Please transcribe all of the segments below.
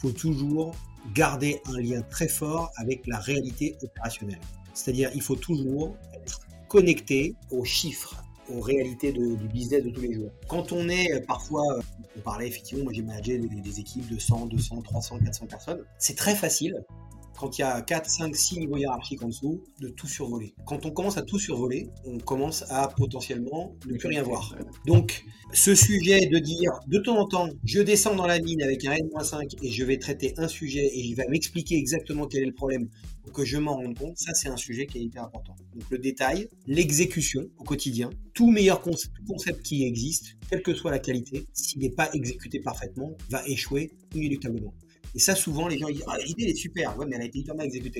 faut toujours garder un lien très fort avec la réalité opérationnelle. C'est-à-dire, il faut toujours être connecté aux chiffres, aux réalités du business de tous les jours. Quand on est parfois, on parlait effectivement, moi j'ai managé des équipes de 100, 200, 300, 400 personnes, c'est très facile, quand il y a 4, 5, 6 niveaux hiérarchiques en dessous, de tout survoler. Quand on commence à tout survoler, on commence à potentiellement ne plus rien voir. Donc, ce sujet de dire, de temps en temps, je descends dans la mine avec un N-5 et je vais traiter un sujet et il va m'expliquer exactement quel est le problème pour que je m'en rende compte, ça c'est un sujet qui est hyper important. Donc le détail, l'exécution au quotidien, tout meilleur concept qui existe, quelle que soit la qualité, s'il n'est pas exécuté parfaitement, va échouer inéluctablement. Et ça, souvent, les gens disent « Ah, l'idée, elle est super, ouais, mais elle a été hyper mal exécutée. »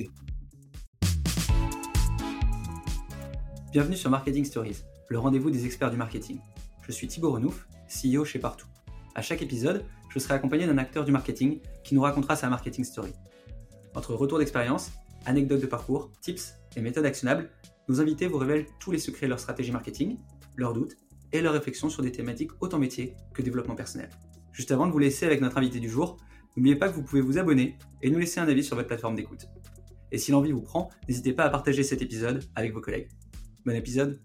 Bienvenue sur Marketing Stories, le rendez-vous des experts du marketing. Je suis Thibaut Renouf, CEO chez Partout. À chaque épisode, je serai accompagné d'un acteur du marketing qui nous racontera sa marketing story. Entre retours d'expérience, anecdotes de parcours, tips et méthodes actionnables, nos invités vous révèlent tous les secrets de leur stratégie marketing, leurs doutes et leurs réflexions sur des thématiques autant métier que développement personnel. Juste avant de vous laisser avec notre invité du jour, n'oubliez pas que vous pouvez vous abonner et nous laisser un avis sur votre plateforme d'écoute. Et si l'envie vous prend, n'hésitez pas à partager cet épisode avec vos collègues. Bon épisode.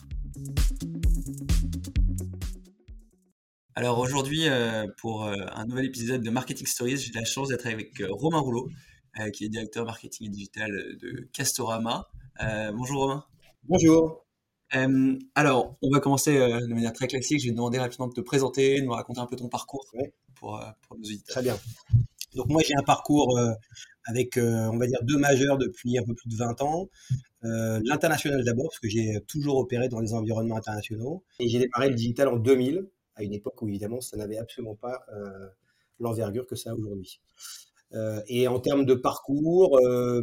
Alors aujourd'hui, pour un nouvel épisode de Marketing Stories, j'ai la chance d'être avec Romain Rouleau, qui est directeur marketing et digital de Castorama. Bonjour Romain. Bonjour. Alors, on va commencer de manière très classique. Je vais te demander rapidement de te présenter, de nous raconter un peu ton parcours pour nos auditeurs. Très bien. Donc moi, j'ai un parcours avec, on va dire, 2 majeurs depuis un peu plus de 20 ans. L'international d'abord, parce que j'ai toujours opéré dans des environnements internationaux. Et j'ai démarré le digital en 2000, à une époque où, évidemment, ça n'avait absolument pas l'envergure que ça a aujourd'hui. Et en termes de parcours,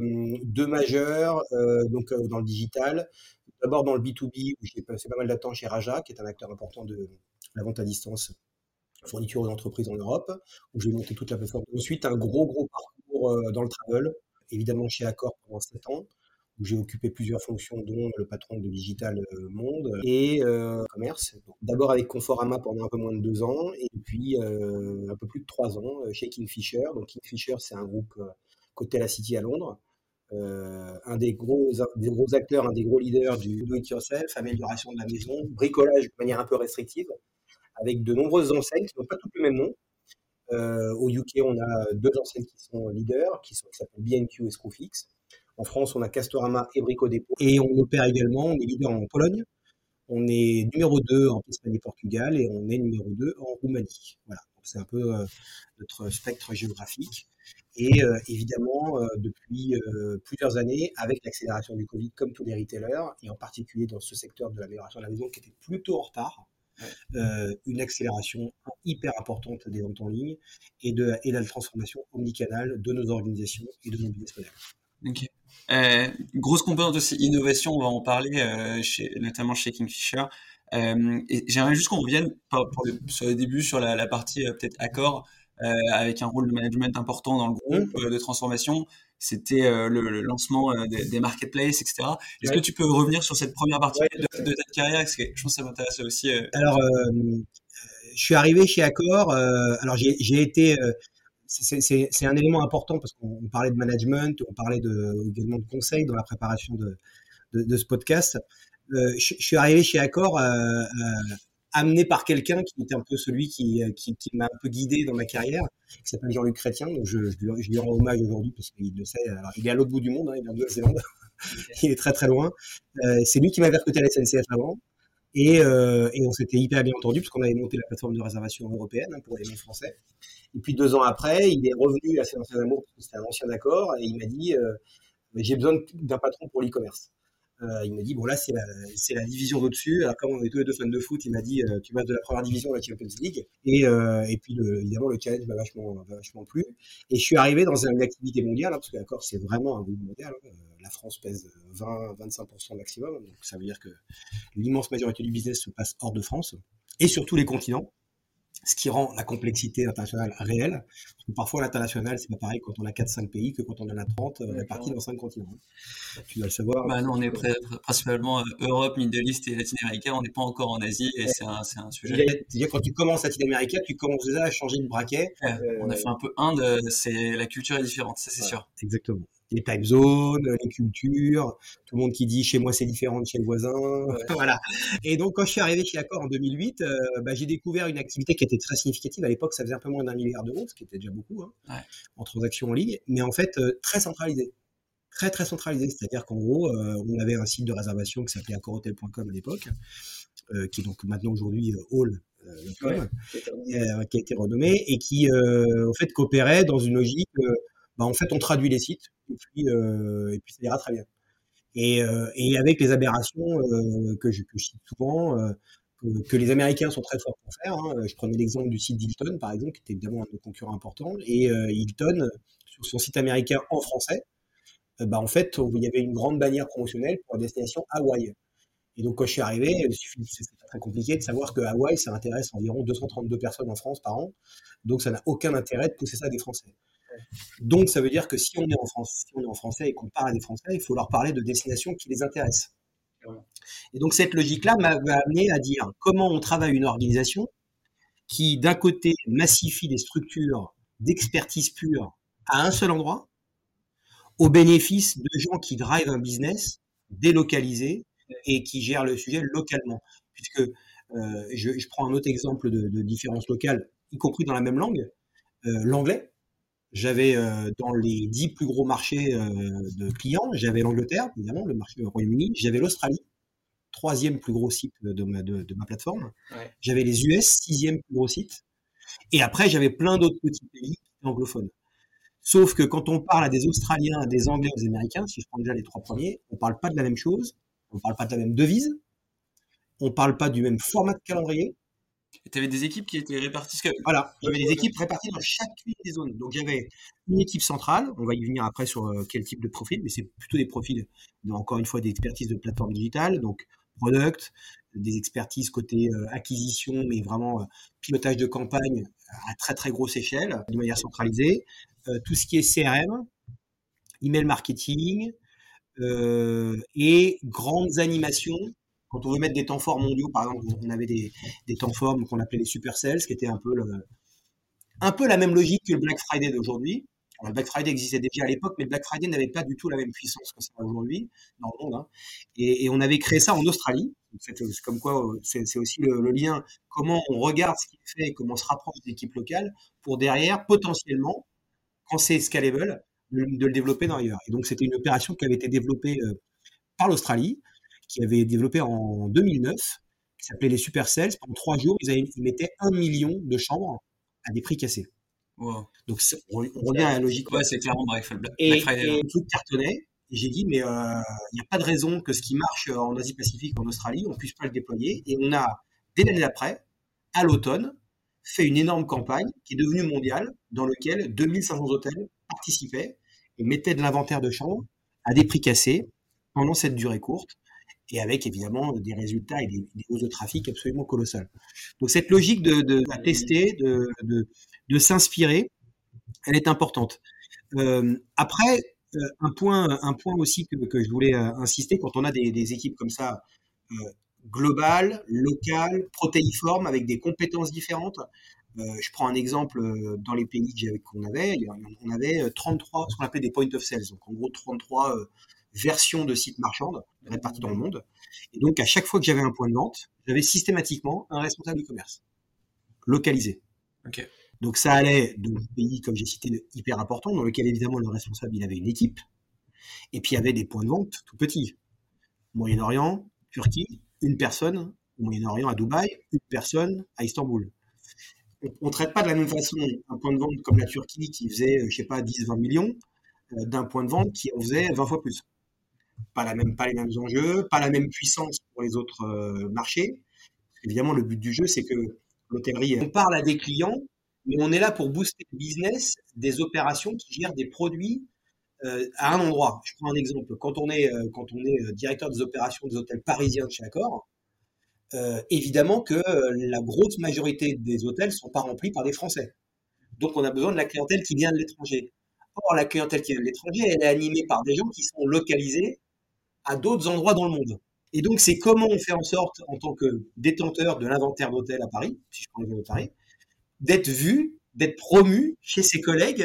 2 majeurs dans le digital. D'abord dans le B2B, où j'ai passé pas mal de temps chez Raja, qui est un acteur important de la vente à distance, fourniture aux entreprises en Europe, où j'ai monté toute la plateforme. Ensuite, un gros parcours dans le travel, évidemment chez Accor pendant 7 ans, où j'ai occupé plusieurs fonctions, dont le patron de Digital Monde et commerce. Donc, d'abord avec Conforama pendant un peu moins de 2 ans, et puis un peu plus de 3 ans chez Kingfisher. Donc Kingfisher, c'est un groupe coté à la City à Londres. Un des gros acteurs, un des gros leaders du do-it-yourself, amélioration de la maison, bricolage de manière un peu restrictive, avec de nombreuses enseignes qui n'ont pas toutes le même nom. Au UK, on a 2 enseignes qui sont leaders, qui s'appellent B&Q et Screwfix. En France, on a Castorama et Brico Dépôt. Et on opère également, on est leader en Pologne, on est numéro 2 en Espagne et Portugal, et on est numéro 2 en Roumanie. Voilà, donc c'est un peu notre spectre géographique. Et évidemment, depuis plusieurs années, avec l'accélération du Covid, comme tous les retailers, et en particulier dans ce secteur de l'amélioration de la maison qui était plutôt en retard, une accélération hyper importante des ventes en ligne et de la transformation omnicanal de nos organisations et de nos business models. Ok. Grosse composante aussi innovation, on va en parler, notamment chez Kingfisher. Et j'aimerais juste qu'on revienne sur les débuts, sur la partie peut-être Accor, avec un rôle de management important dans le groupe de transformation. C'était le lancement des marketplaces, etc. Est-ce que tu peux revenir sur cette première partie de ta carrière? Parce que je pense que ça m'intéresse aussi. Alors, je suis arrivé chez Accor. Alors, j'ai été... c'est un élément important parce qu'on parlait de management, on parlait également de conseil dans la préparation de ce podcast. Je suis arrivé chez Accor amené par quelqu'un qui était un peu celui qui m'a un peu guidé dans ma carrière, qui s'appelle Jean-Luc Chrétien. Donc je lui rends hommage aujourd'hui parce qu'il le sait. Alors, il est à l'autre bout du monde, il vient de Nouvelle-Zélande. Il est très très loin. C'est lui qui m'avait recruté à la SNCF avant. Et on s'était hyper bien entendu parce qu'on avait monté la plateforme de réservation européenne pour les mails français. Et puis 2 ans après, il est revenu à ses anciens amours parce que c'était un ancien accord et il m'a dit j'ai besoin d'un patron pour l'e-commerce. Il m'a dit bon là c'est la division d'au-dessus. Alors comme on est tous les deux fans de foot, il m'a dit tu passes de la première division à la Champions League et puis évidemment le challenge m'a vachement plu. Et je suis arrivé dans une activité mondiale parce que Accor c'est vraiment un groupe mondial. La France pèse 20-25% maximum, donc ça veut dire que l'immense majorité du business se passe hors de France et sur tous les continents. ce qui rend la complexité internationale réelle. Parce que parfois, l'international, c'est pas pareil quand on a 4-5 pays que quand on en a 30 répartis dans 5 continents. Tu dois le savoir. Bah, nous, on est principalement Europe, Middle East et Latine-Américain. On n'est pas encore en Asie et c'est un sujet. Déjà, quand tu commences Latine-Américain, tu commences déjà à changer de braquet. On a fait un peu Inde, la culture est différente, ça c'est sûr. Exactement. Les time zones, les cultures, tout le monde qui dit chez moi c'est différent de chez le voisin, voilà. Et donc quand je suis arrivé chez Accor en 2008, j'ai découvert une activité qui était très significative. À l'époque, ça faisait un peu moins d'1 milliard d'euros, ce qui était déjà beaucoup en transactions en ligne, mais en fait très centralisé. Très très centralisé, c'est-à-dire qu'en gros, on avait un site de réservation qui s'appelait accorhotel.com à l'époque, qui est donc maintenant aujourd'hui Hall.com, qui a été renommé et qui en fait coopérait dans une logique. En fait, on traduit les sites et puis ça ira très bien. Et avec les aberrations que je cite souvent, que les Américains sont très forts pour faire. Je prenais l'exemple du site d'Hilton, par exemple, qui était évidemment un de nos concurrents importants. Et Hilton, sur son site américain en français, en fait, il y avait une grande bannière promotionnelle pour la destination Hawaï. Et donc, quand je suis arrivé, c'est très compliqué de savoir que Hawaï, ça intéresse environ 232 personnes en France par an. Donc, ça n'a aucun intérêt de pousser ça à des Français. Donc, ça veut dire que si on est en France, si on est en français et qu'on parle à des Français, il faut leur parler de destinations qui les intéressent. Et donc, cette logique-là m'a amené à dire comment on travaille une organisation qui, d'un côté, massifie des structures d'expertise pure à un seul endroit, au bénéfice de gens qui drivent un business délocalisé et qui gèrent le sujet localement. Puisque je prends un autre exemple de différence locale, y compris dans la même langue, l'anglais. J'avais dans les 10 plus gros marchés de clients, j'avais l'Angleterre, évidemment, le marché au Royaume-Uni, j'avais l'Australie, 3e plus gros site de ma plateforme, j'avais les US, 6e plus gros site, et après j'avais plein d'autres petits pays anglophones. Sauf que quand on parle à des Australiens, à des Anglais, aux Américains, si je prends déjà les 3 premiers, on parle pas de la même chose, on parle pas de la même devise, on parle pas du même format de calendrier. Et tu avais des équipes qui étaient réparties. Voilà, j'avais des équipes réparties dans chacune des zones. Donc j'avais une équipe centrale, on va y venir après sur quel type de profil, mais c'est plutôt des profils, encore une fois, des expertises de plateforme digitale, donc product, des expertises côté acquisition, mais vraiment pilotage de campagne à très très grosse échelle, de manière centralisée. Tout ce qui est CRM, email marketing et grandes animations. Quand on veut mettre des temps forts mondiaux, par exemple, on avait des temps forts qu'on appelait les super sales, qui étaient un peu la même logique que le Black Friday d'aujourd'hui. Alors, le Black Friday existait déjà à l'époque, mais le Black Friday n'avait pas du tout la même puissance que ça a aujourd'hui dans le monde. Et on avait créé ça en Australie. C'est comme quoi, c'est aussi le lien, comment on regarde ce qu'il fait, comment on se rapproche des équipes locales pour derrière, potentiellement, quand c'est scalable, de le développer dans ailleurs. Et donc, c'était une opération qui avait été développée par l'Australie, qui avait développé en 2009, qui s'appelait les Super Sales. Pendant 3 jours, ils mettaient 1 million de chambres à des prix cassés. Wow. Donc, on revient à la logique. Ouais, c'est clairement Black Friday. Et tout cartonnait. Et j'ai dit, mais il n'y a pas de raison que ce qui marche en Asie-Pacifique, en Australie, on ne puisse pas le déployer. Et on a, dès l'année d'après, à l'automne, fait une énorme campagne qui est devenue mondiale, dans laquelle 2500 hôtels participaient et mettaient de l'inventaire de chambres à des prix cassés pendant cette durée courte, et avec évidemment des résultats et des hausses de trafic absolument colossales. Donc cette logique de tester, de s'inspirer, elle est importante. Après, un point aussi que je voulais insister, quand on a des équipes comme ça, globales, locales, protéiformes, avec des compétences différentes. Je prends un exemple dans les pays qu'on avait, on avait 33, ce qu'on appelait des point of sales, donc en gros 33 versions de sites marchands réparties dans le monde. Et donc à chaque fois que j'avais un point de vente, j'avais systématiquement un responsable e-commerce localisé. Okay. Donc ça allait de pays, comme j'ai cité, hyper importants, dans lequel évidemment le responsable il avait une équipe, et puis il y avait des points de vente tout petits. Moyen-Orient, Turquie, une personne, au Moyen-Orient à Dubaï, une personne à Istanbul. On ne traite pas de la même façon un point de vente comme la Turquie qui faisait, je sais pas, 10-20 millions, d'un point de vente qui en faisait 20 fois plus. Pas les mêmes enjeux, pas la même puissance pour les autres marchés. Évidemment, le but du jeu, c'est que l'hôtellerie, on parle à des clients, mais on est là pour booster le business des opérations qui gèrent des produits à un endroit. Je prends un exemple. Quand on est directeur des opérations des hôtels parisiens de chez Accor, évidemment que la grosse majorité des hôtels sont pas remplis par des Français. Donc, on a besoin de la clientèle qui vient de l'étranger. Or, la clientèle qui vient de l'étranger, elle est animée par des gens qui sont localisés à d'autres endroits dans le monde. Et donc, c'est comment on fait en sorte, en tant que détenteur de l'inventaire d'hôtels à Paris, si je prends l'exemple de Paris, d'être vu, d'être promu chez ses collègues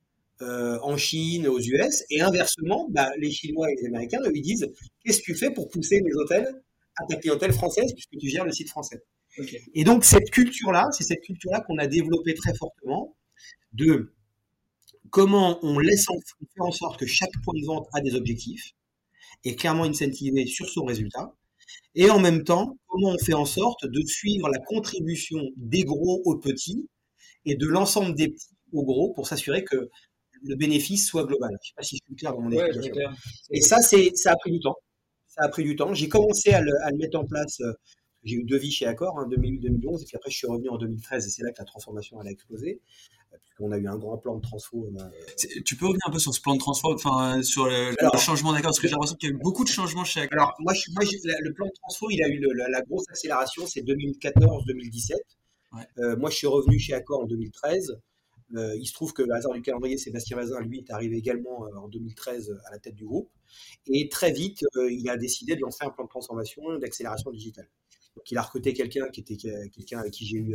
en Chine, aux US, et inversement, les Chinois et les Américains lui disent qu'est-ce que tu fais pour pousser les hôtels à ta clientèle française puisque tu gères le site français. Ok. Et donc cette culture-là, c'est cette culture-là qu'on a développée très fortement de comment on fait en sorte que chaque point de vente a des objectifs, est clairement incentivé sur son résultat, et en même temps, comment on fait en sorte de suivre la contribution des gros aux petits et de l'ensemble des petits aux gros pour s'assurer que le bénéfice soit global. Je ne sais pas si je suis clair dans mon explication. Clair. Et ça a pris du temps. Ça a pris du temps. J'ai commencé à le mettre en place. J'ai eu 2 vies chez Accor, 2008-2011, et puis après je suis revenu en 2013, et c'est là que la transformation elle a explosé, puisqu'on a eu un grand plan de transfo. Tu peux revenir un peu sur ce plan de transfo, sur le changement d'Accor, parce que j'ai l'impression qu'il y a eu beaucoup de changements chez Accor. Alors, le plan de transfo, il a eu la grosse accélération, c'est 2014-2017. Ouais. Moi, je suis revenu chez Accor en 2013. Il se trouve que, hasard du calendrier, Sébastien Bazin, lui, est arrivé également en 2013 à la tête du groupe. Et très vite, il a décidé de lancer un plan de transformation, d'accélération digitale. Donc, il a recruté quelqu'un avec qui j'ai eu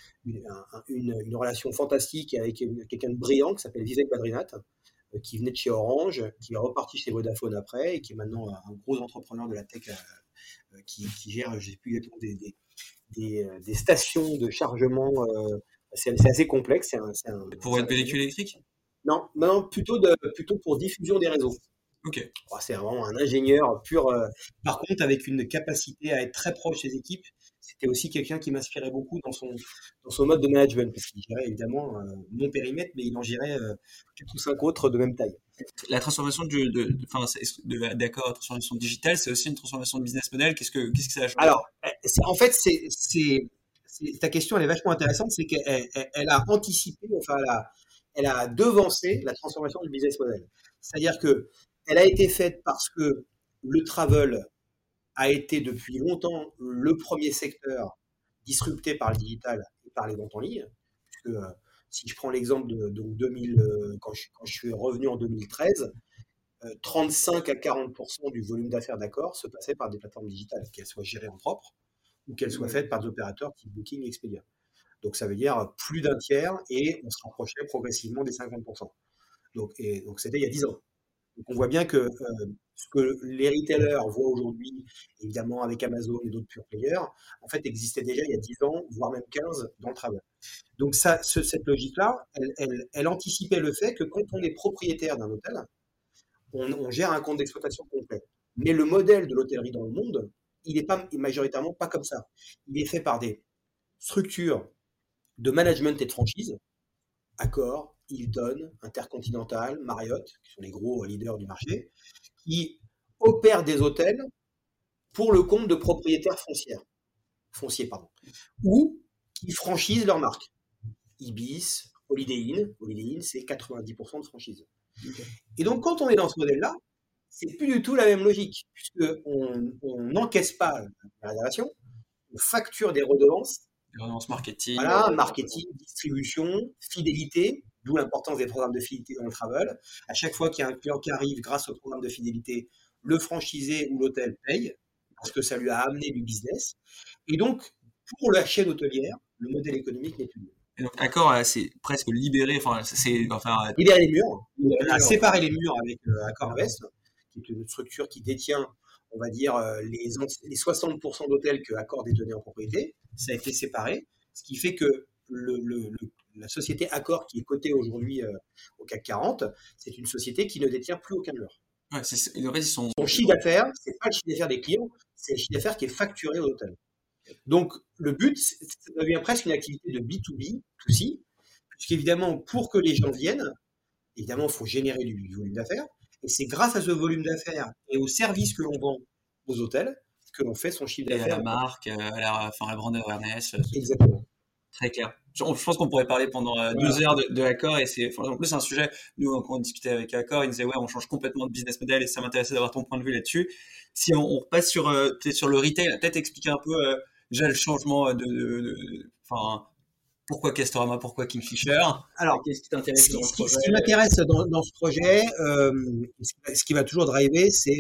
une relation fantastique, avec quelqu'un de brillant qui s'appelle Vivek Badrinath, qui venait de chez Orange, qui est reparti chez Vodafone après, et qui est maintenant un gros entrepreneur de la tech qui gère, je ne sais plus exactement, des stations de chargement. C'est assez complexe. Pour être véhicule électrique ? Non, plutôt pour diffusion des réseaux. Ok. C'est vraiment un ingénieur pur. Par contre, avec une capacité à être très proche des équipes, c'était aussi quelqu'un qui m'inspirait beaucoup dans son mode de management, parce qu'il gérait évidemment mon périmètre, mais il en gérait 4 ou 5 autres de même taille. La transformation d'Accor, la transformation digitale, c'est aussi une transformation de business model. Qu'est-ce que ça a changé ? Alors, en fait, ta question, elle est vachement intéressante, c'est qu'elle a anticipé, elle a devancé la transformation du business model. C'est-à-dire que elle a été faite parce que le travel a été depuis longtemps le premier secteur disrupté par le digital et par les ventes en ligne. Puisque, si je prends l'exemple de 2000, quand je suis revenu en 2013, 35 à 40% du volume d'affaires d'Accor se passait par des plateformes digitales, qu'elles soient gérées en propre ou qu'elles soient faites par des opérateurs type Booking et Expedia. Donc ça veut dire plus d'un tiers, et on se rapprochait progressivement des 50%. Donc c'était il y a 10 ans. Donc on voit bien que ce que les retailers voient aujourd'hui, évidemment avec Amazon et d'autres pure players, en fait existait déjà il y a 10 ans, voire même 15 dans le travel. Donc cette logique-là, elle anticipait le fait que quand on est propriétaire d'un hôtel, on gère un compte d'exploitation complet. Mais le modèle de l'hôtellerie dans le monde, il n'est pas majoritairement pas comme ça. Il est fait par des structures de management et de franchise, Accor, Hilton, Intercontinental, Marriott, qui sont les gros leaders du marché, qui opèrent des hôtels pour le compte de propriétaires fonciers, ou qui franchisent leur marque. Ibis, Holiday Inn, c'est 90% de franchise. Okay. Et donc, quand on est dans ce modèle-là, c'est plus du tout la même logique, puisqu'on n'encaisse pas la réservation, on facture des redevances. Des redevances marketing. Voilà, marketing, distribution, fidélité, d'où l'importance des programmes de fidélité dans le travel. À chaque fois qu'il y a un client qui arrive grâce au programme de fidélité, le franchisé ou l'hôtel paye, parce que ça lui a amené du business. Et donc, pour la chaîne hôtelière, le modèle économique n'est plus le même. Et donc, Accor, c'est presque libéré, libérer les murs, séparer les murs avec Accor Invest, qui est une structure qui détient, on va dire, les 60% d'hôtels que Accor détenait en propriété. Ça a été séparé, ce qui fait que la société Accor, qui est cotée aujourd'hui au CAC 40, c'est une société qui ne détient plus aucun mur. Ouais, en fait, son chiffre d'affaires, c'est pas le chiffre d'affaires des clients, c'est le chiffre d'affaires qui est facturé aux hôtels. Donc, le but, ça devient presque une activité de B2B, B2C, puisqu'évidemment, pour que les gens viennent, évidemment, il faut générer du volume d'affaires, et c'est grâce à ce volume d'affaires et aux services que l'on vend aux hôtels que l'on fait son chiffre d'affaires. Et à la marque, à la brand awareness. Exactement. Très clair. Je pense qu'on pourrait parler pendant 2 heures de Accor, et en plus c'est un sujet, nous quand on discutait avec Accor, ils disaient on change complètement de business model, et ça m'intéressait d'avoir ton point de vue là-dessus. Si on repasse sur peut-être sur le retail, peut-être expliquer un peu déjà le changement enfin, pourquoi Castorama, pourquoi Kingfisher? Alors, Qu'est-ce qui t'intéresse dans le ce projet? qui m'intéresse dans ce projet, ce qui va toujours driver, c'est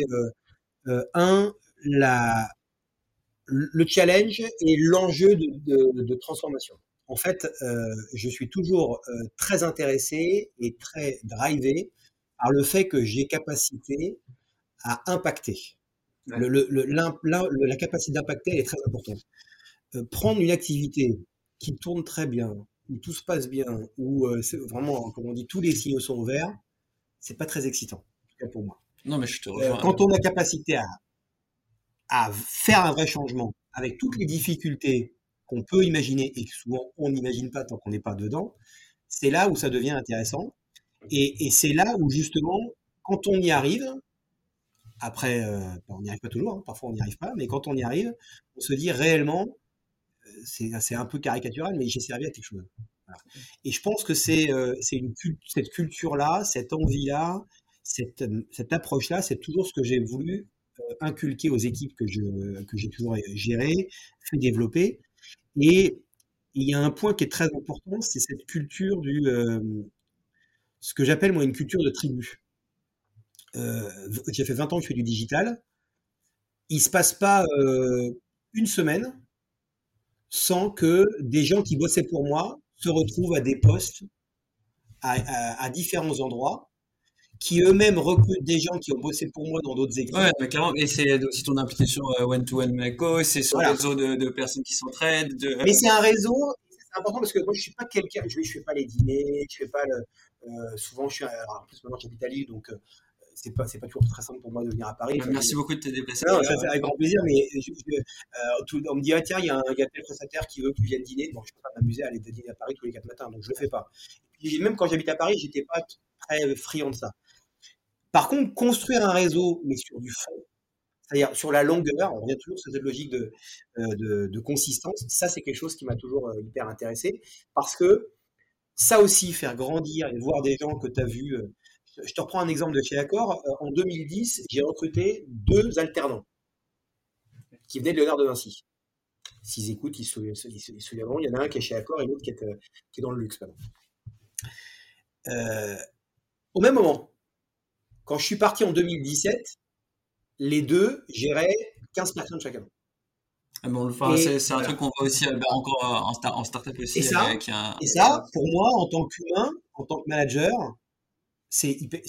la, le challenge et l'enjeu de transformation. En fait, je suis toujours très intéressé et très drivé par le fait que j'ai capacité à impacter. Ouais. La capacité d'impacter elle est très importante. Prendre une activité qui tourne très bien, où tout se passe bien, où c'est vraiment, comme on dit, tous les signaux sont ouverts, c'est pas très excitant, en tout cas pour moi. Non, mais je te rejoins. Quand on a capacité à faire un vrai changement, avec toutes les difficultés qu'on peut imaginer et que souvent on n'imagine pas tant qu'on n'est pas dedans, c'est là où ça devient intéressant. Et c'est là où justement, quand on y arrive, après, on n'y arrive pas toujours, hein, parfois on n'y arrive pas, mais quand on y arrive, on se dit réellement, c'est un peu caricatural, mais j'ai servi à quelque chose. Voilà. Et je pense que cette culture-là, cette envie-là, cette approche-là, c'est toujours ce que j'ai voulu inculquer aux équipes que j'ai toujours gérées, fait développer. Et il y a un point qui est très important, c'est cette culture ce que j'appelle moi une culture de tribu. J'ai fait 20 ans que je fais du digital. Il se passe pas une semaine sans que des gens qui bossaient pour moi se retrouvent à des postes à différents endroits, qui eux-mêmes recrutent des gens qui ont bossé pour moi dans d'autres équipes. Ouais, mais carrément. Et c'est aussi ton implication one-to-one Mako, c'est son Voilà. réseau de personnes qui s'entraident. Mais c'est un réseau, c'est important parce que moi je suis pas quelqu'un, je fais pas les dîners, je fais pas souvent je suis, alors, en plus maintenant j'habite à Lille, donc c'est pas toujours très simple pour moi de venir à Paris. Merci beaucoup de te déplacer. Non, ça fait avec grand plaisir, mais on me dit, ah, tiens, il y a tel prestataire qui veut que tu viennes dîner. Donc, je peux pas m'amuser à aller dîner à Paris tous les 4 matins, donc je le fais pas. Et puis, même quand j'habite à Paris, j'étais pas très friand de ça. Par contre, construire un réseau, mais sur du fond, c'est-à-dire sur la longueur, on revient toujours sur cette logique de consistance, ça, c'est quelque chose qui m'a toujours hyper intéressé, parce que ça aussi, faire grandir et voir des gens que tu as vus. Je te reprends un exemple de chez Accor. En 2010, j'ai recruté 2 alternants qui venaient de Léonard de Vinci. S'ils écoutent, ils se souviendront. Il y en a un qui est chez Accor et l'autre qui est dans le luxe. Pardon. Au même moment, quand je suis parti en 2017, les deux géraient 15 personnes chacun. Bon, enfin, c'est un truc qu'on voit aussi encore en startup aussi. Et ça, pour moi, en tant qu'humain, en tant que manager, ça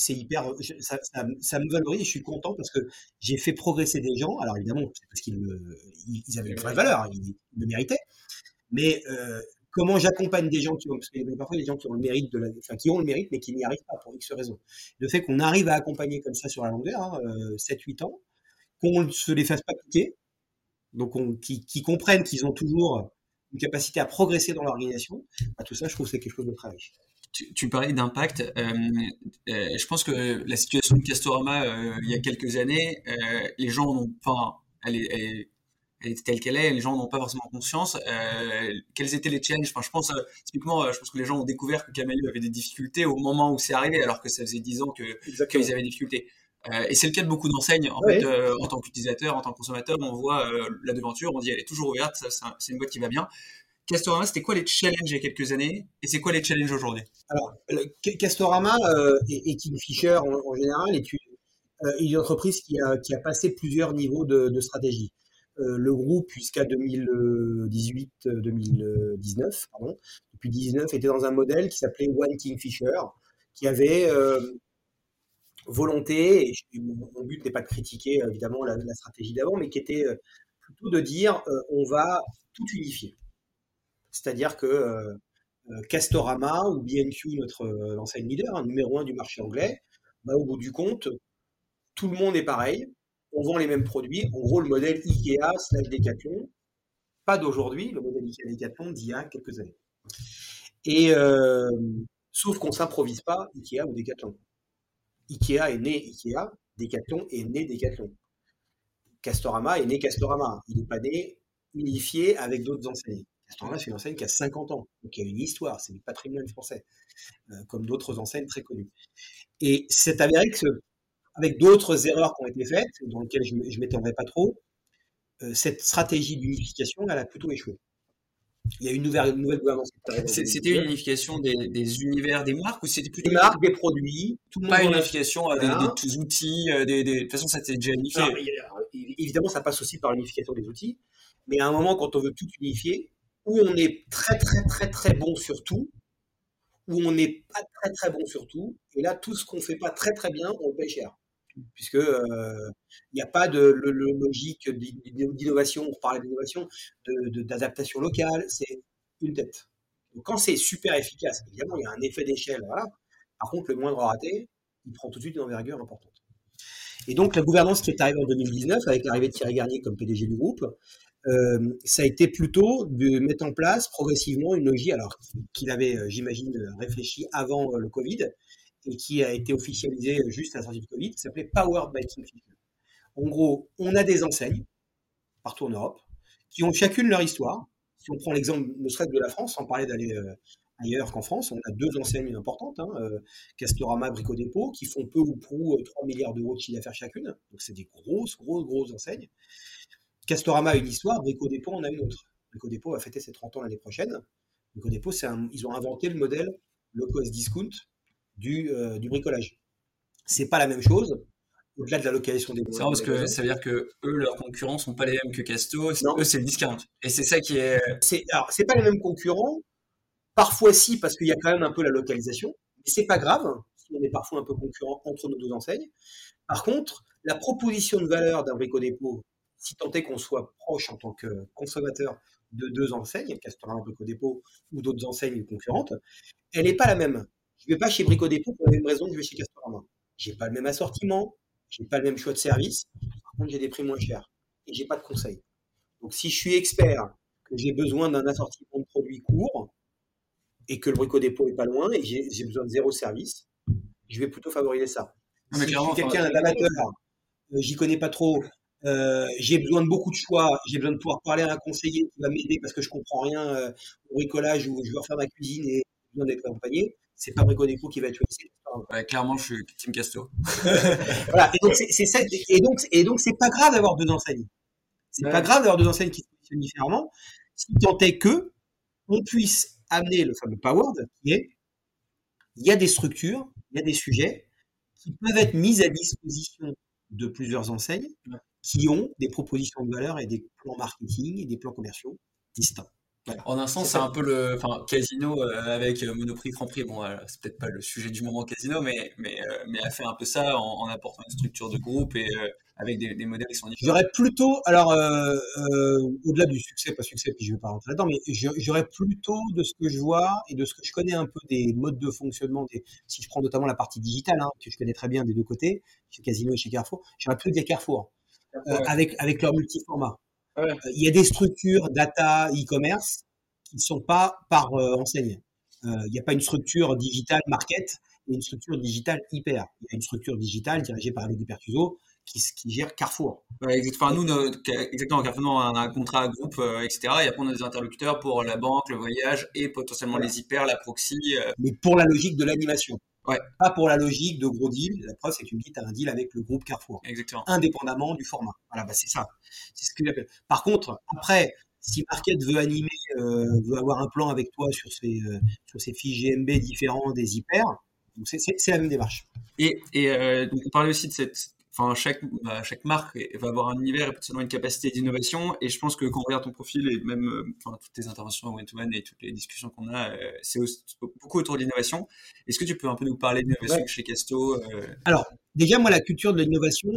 me valorise. Je suis content parce que j'ai fait progresser des gens. Alors évidemment, c'est parce qu'ils avaient une vraie valeur, ils le méritaient. Mais comment j'accompagne des gens parce qu'il y a parfois des gens qui ont le mérite qui ont le mérite mais qui n'y arrivent pas pour X raisons. Le fait qu'on arrive à accompagner comme ça sur la longueur, 7-8 ans, qu'on ne se les fasse pas piquer, donc qui comprennent qu'ils ont toujours une capacité à progresser dans l'organisation, tout ça, je trouve que c'est quelque chose de très riche. Tu parlais d'impact. Je pense que la situation de Castorama il y a quelques années, les gens n'ont pas, elle est telle qu'elle est, les gens n'ont pas forcément conscience. Quels étaient les challenges? Enfin, je pense typiquement, je pense que les gens ont découvert que Camaïeu avait des difficultés au moment où c'est arrivé, alors que ça faisait 10 ans qu'ils avaient des difficultés. Et c'est le cas de beaucoup d'enseignes. En fait, en tant qu'utilisateur, en tant que consommateur, on voit la devanture, on dit elle est toujours ouverte, c'est une boîte qui va bien. Castorama, c'était quoi les challenges il y a quelques années et c'est quoi les challenges aujourd'hui? Alors, Castorama et Kingfisher en général est une entreprise qui a passé plusieurs niveaux de stratégie. Le groupe, jusqu'à 2018-2019, pardon, depuis 2019, était dans un modèle qui s'appelait One Kingfisher, qui avait volonté, et mon but n'est pas de critiquer évidemment la stratégie d'avant, mais qui était plutôt de dire on va tout unifier. C'est-à-dire que Castorama ou B&Q, notre enseigne leader, numéro 1 du marché anglais, au bout du compte, tout le monde est pareil, on vend les mêmes produits. En gros, le modèle Ikea/Decathlon, pas d'aujourd'hui, le modèle Ikea-Decathlon d'il y a quelques années. Et sauf qu'on ne s'improvise pas Ikea ou Decathlon. Ikea est né Ikea, Decathlon est né Decathlon. Castorama est né Castorama. Il n'est pas né unifié avec d'autres enseignes. Castorama, c'est une enseigne qui a 50 ans, donc qui a une histoire, c'est du patrimoine français, comme d'autres enseignes très connues. Et c'est avéré que, avec d'autres erreurs qui ont été faites, dans lesquelles je ne m'étendrai pas trop, cette stratégie d'unification, elle a plutôt échoué. Il y a une nouvelle gouvernance qui est arrivée en C'était une 2019. unification des univers des marques ou c'était plutôt Des marques, des produits, tout le monde pas une en a. unification Voilà. des outils, de toute façon, ça s'était déjà unifié. Alors, évidemment, ça passe aussi par l'unification des outils, mais à un moment, quand on veut tout unifier, où on est très très très très bon sur tout, où on n'est pas très très bon sur tout, et là, tout ce qu'on fait pas très très bien, on le paye cher. Puisque il n'y a pas de logique d'innovation, on parlait d'innovation, d'adaptation locale, c'est une tête. Donc quand c'est super efficace, évidemment, il y a un effet d'échelle, voilà. Par contre, le moindre raté, il prend tout de suite une envergure importante. Et donc la gouvernance qui est arrivée en 2019, avec l'arrivée de Thierry Garnier comme PDG du groupe, ça a été plutôt de mettre en place progressivement une logique, alors qu'il avait, j'imagine, réfléchi avant le Covid, et qui a été officialisée juste à la sortie du Covid, qui s'appelait Powered by Kingfisher. En gros, on a des enseignes partout en Europe qui ont chacune leur histoire. Si on prend l'exemple, ne serait-ce de la France, sans parler d'aller ailleurs qu'en France, on a deux enseignes importantes, Castorama, Brico Dépôt, qui font peu ou prou 3 milliards d'euros de chiffre d'affaires chacune. Donc c'est des grosses enseignes. Castorama a une histoire, Brico Dépôt en a une autre. Brico Dépôt va fêter ses 30 ans l'année prochaine. Brico Dépôt, ils ont inventé le modèle low cost discount du bricolage. C'est pas la même chose, au-delà de la localisation des C'est vrai parce que ça veut dire que eux, leurs concurrents sont pas les mêmes que Casto. Eux, c'est le discount. Et c'est ça qui est. Alors, c'est pas les mêmes concurrents. Parfois, si, parce qu'il y a quand même un peu la localisation. Mais c'est pas grave, si on est parfois un peu concurrent entre nos deux enseignes. Par contre, la proposition de valeur d'un Brico Dépôt, si tant est qu'on soit proche en tant que consommateur de deux enseignes, Castorama, Brico Dépôt ou d'autres enseignes concurrentes, elle n'est pas la même. Je ne vais pas chez Brico Dépôt pour la même raison que je vais chez Castorama. J'ai pas le même assortiment, j'ai pas le même choix de service. Par contre, j'ai des prix moins chers et j'ai pas de conseils. Donc, si je suis expert, que j'ai besoin d'un assortiment de produits court et que le Brico Dépôt est pas loin et j'ai besoin de zéro service, je vais plutôt favoriser ça. Non, mais si je suis quelqu'un d'amateur, j'y connais pas trop, j'ai besoin de beaucoup de choix, j'ai besoin de pouvoir parler à un conseiller qui va m'aider parce que je comprends rien au bricolage ou je veux refaire ma cuisine et j'ai besoin d'être accompagné. C'est pas Brico Dépôt qui va être choisi. Ouais, clairement, je suis Team Casto. Voilà. Et donc c'est ça. Et donc c'est pas grave d'avoir deux enseignes. C'est pas grave d'avoir deux enseignes qui se positionnent différemment, si tant est que on puisse amener le fameux Powered, qui est il y a des structures, il y a des sujets qui peuvent être mis à disposition de plusieurs enseignes qui ont des propositions de valeur et des plans marketing et des plans commerciaux distincts. Voilà. En un sens, c'est un peu le Casino avec Monoprix, Franprix. Bon, c'est peut-être pas le sujet du moment Casino, mais a fait un peu ça en apportant une structure de groupe et avec des modèles qui sont différents. J'aurais plutôt, alors au-delà du succès, pas succès, puis je vais pas rentrer là-dedans, mais j'aurais plutôt de ce que je vois et de ce que je connais un peu des modes de fonctionnement, si je prends notamment la partie digitale, que je connais très bien des deux côtés, chez Casino et chez Carrefour, j'aurais plutôt des Carrefour, avec leur multiformat. Ouais. Il y a des structures data e-commerce qui ne sont pas par enseigne. Il n'y a pas une structure digitale market et une structure digitale hyper. Il y a une structure digitale dirigée par Elodie Pertuso qui gère Carrefour. Ouais, exactement. Enfin, nous, exactement, Carrefour, on a un contrat à groupe, etc. Et après, on a des interlocuteurs pour la banque, le voyage et potentiellement les hyper, la proxy. Mais pour la logique de l'animation. Ouais. Pas pour la logique de gros deal. La preuve, c'est que tu me dis que tu as un deal avec le groupe Carrefour. Exactement. Indépendamment du format. Voilà, c'est ça. C'est ce que j'appelle. Par contre, après, si Market veut animer, veut avoir un plan avec toi sur ses fiches GMB différents des hyper, donc c'est la même démarche. Et donc on parlait aussi de chaque marque va avoir un univers et potentiellement une capacité d'innovation. Et je pense que quand on regarde ton profil et même toutes tes interventions one-to-one et toutes les discussions qu'on a, c'est beaucoup autour de l'innovation. Est-ce que tu peux un peu nous parler de l'innovation chez Casto Alors, déjà, moi, la culture de l'innovation,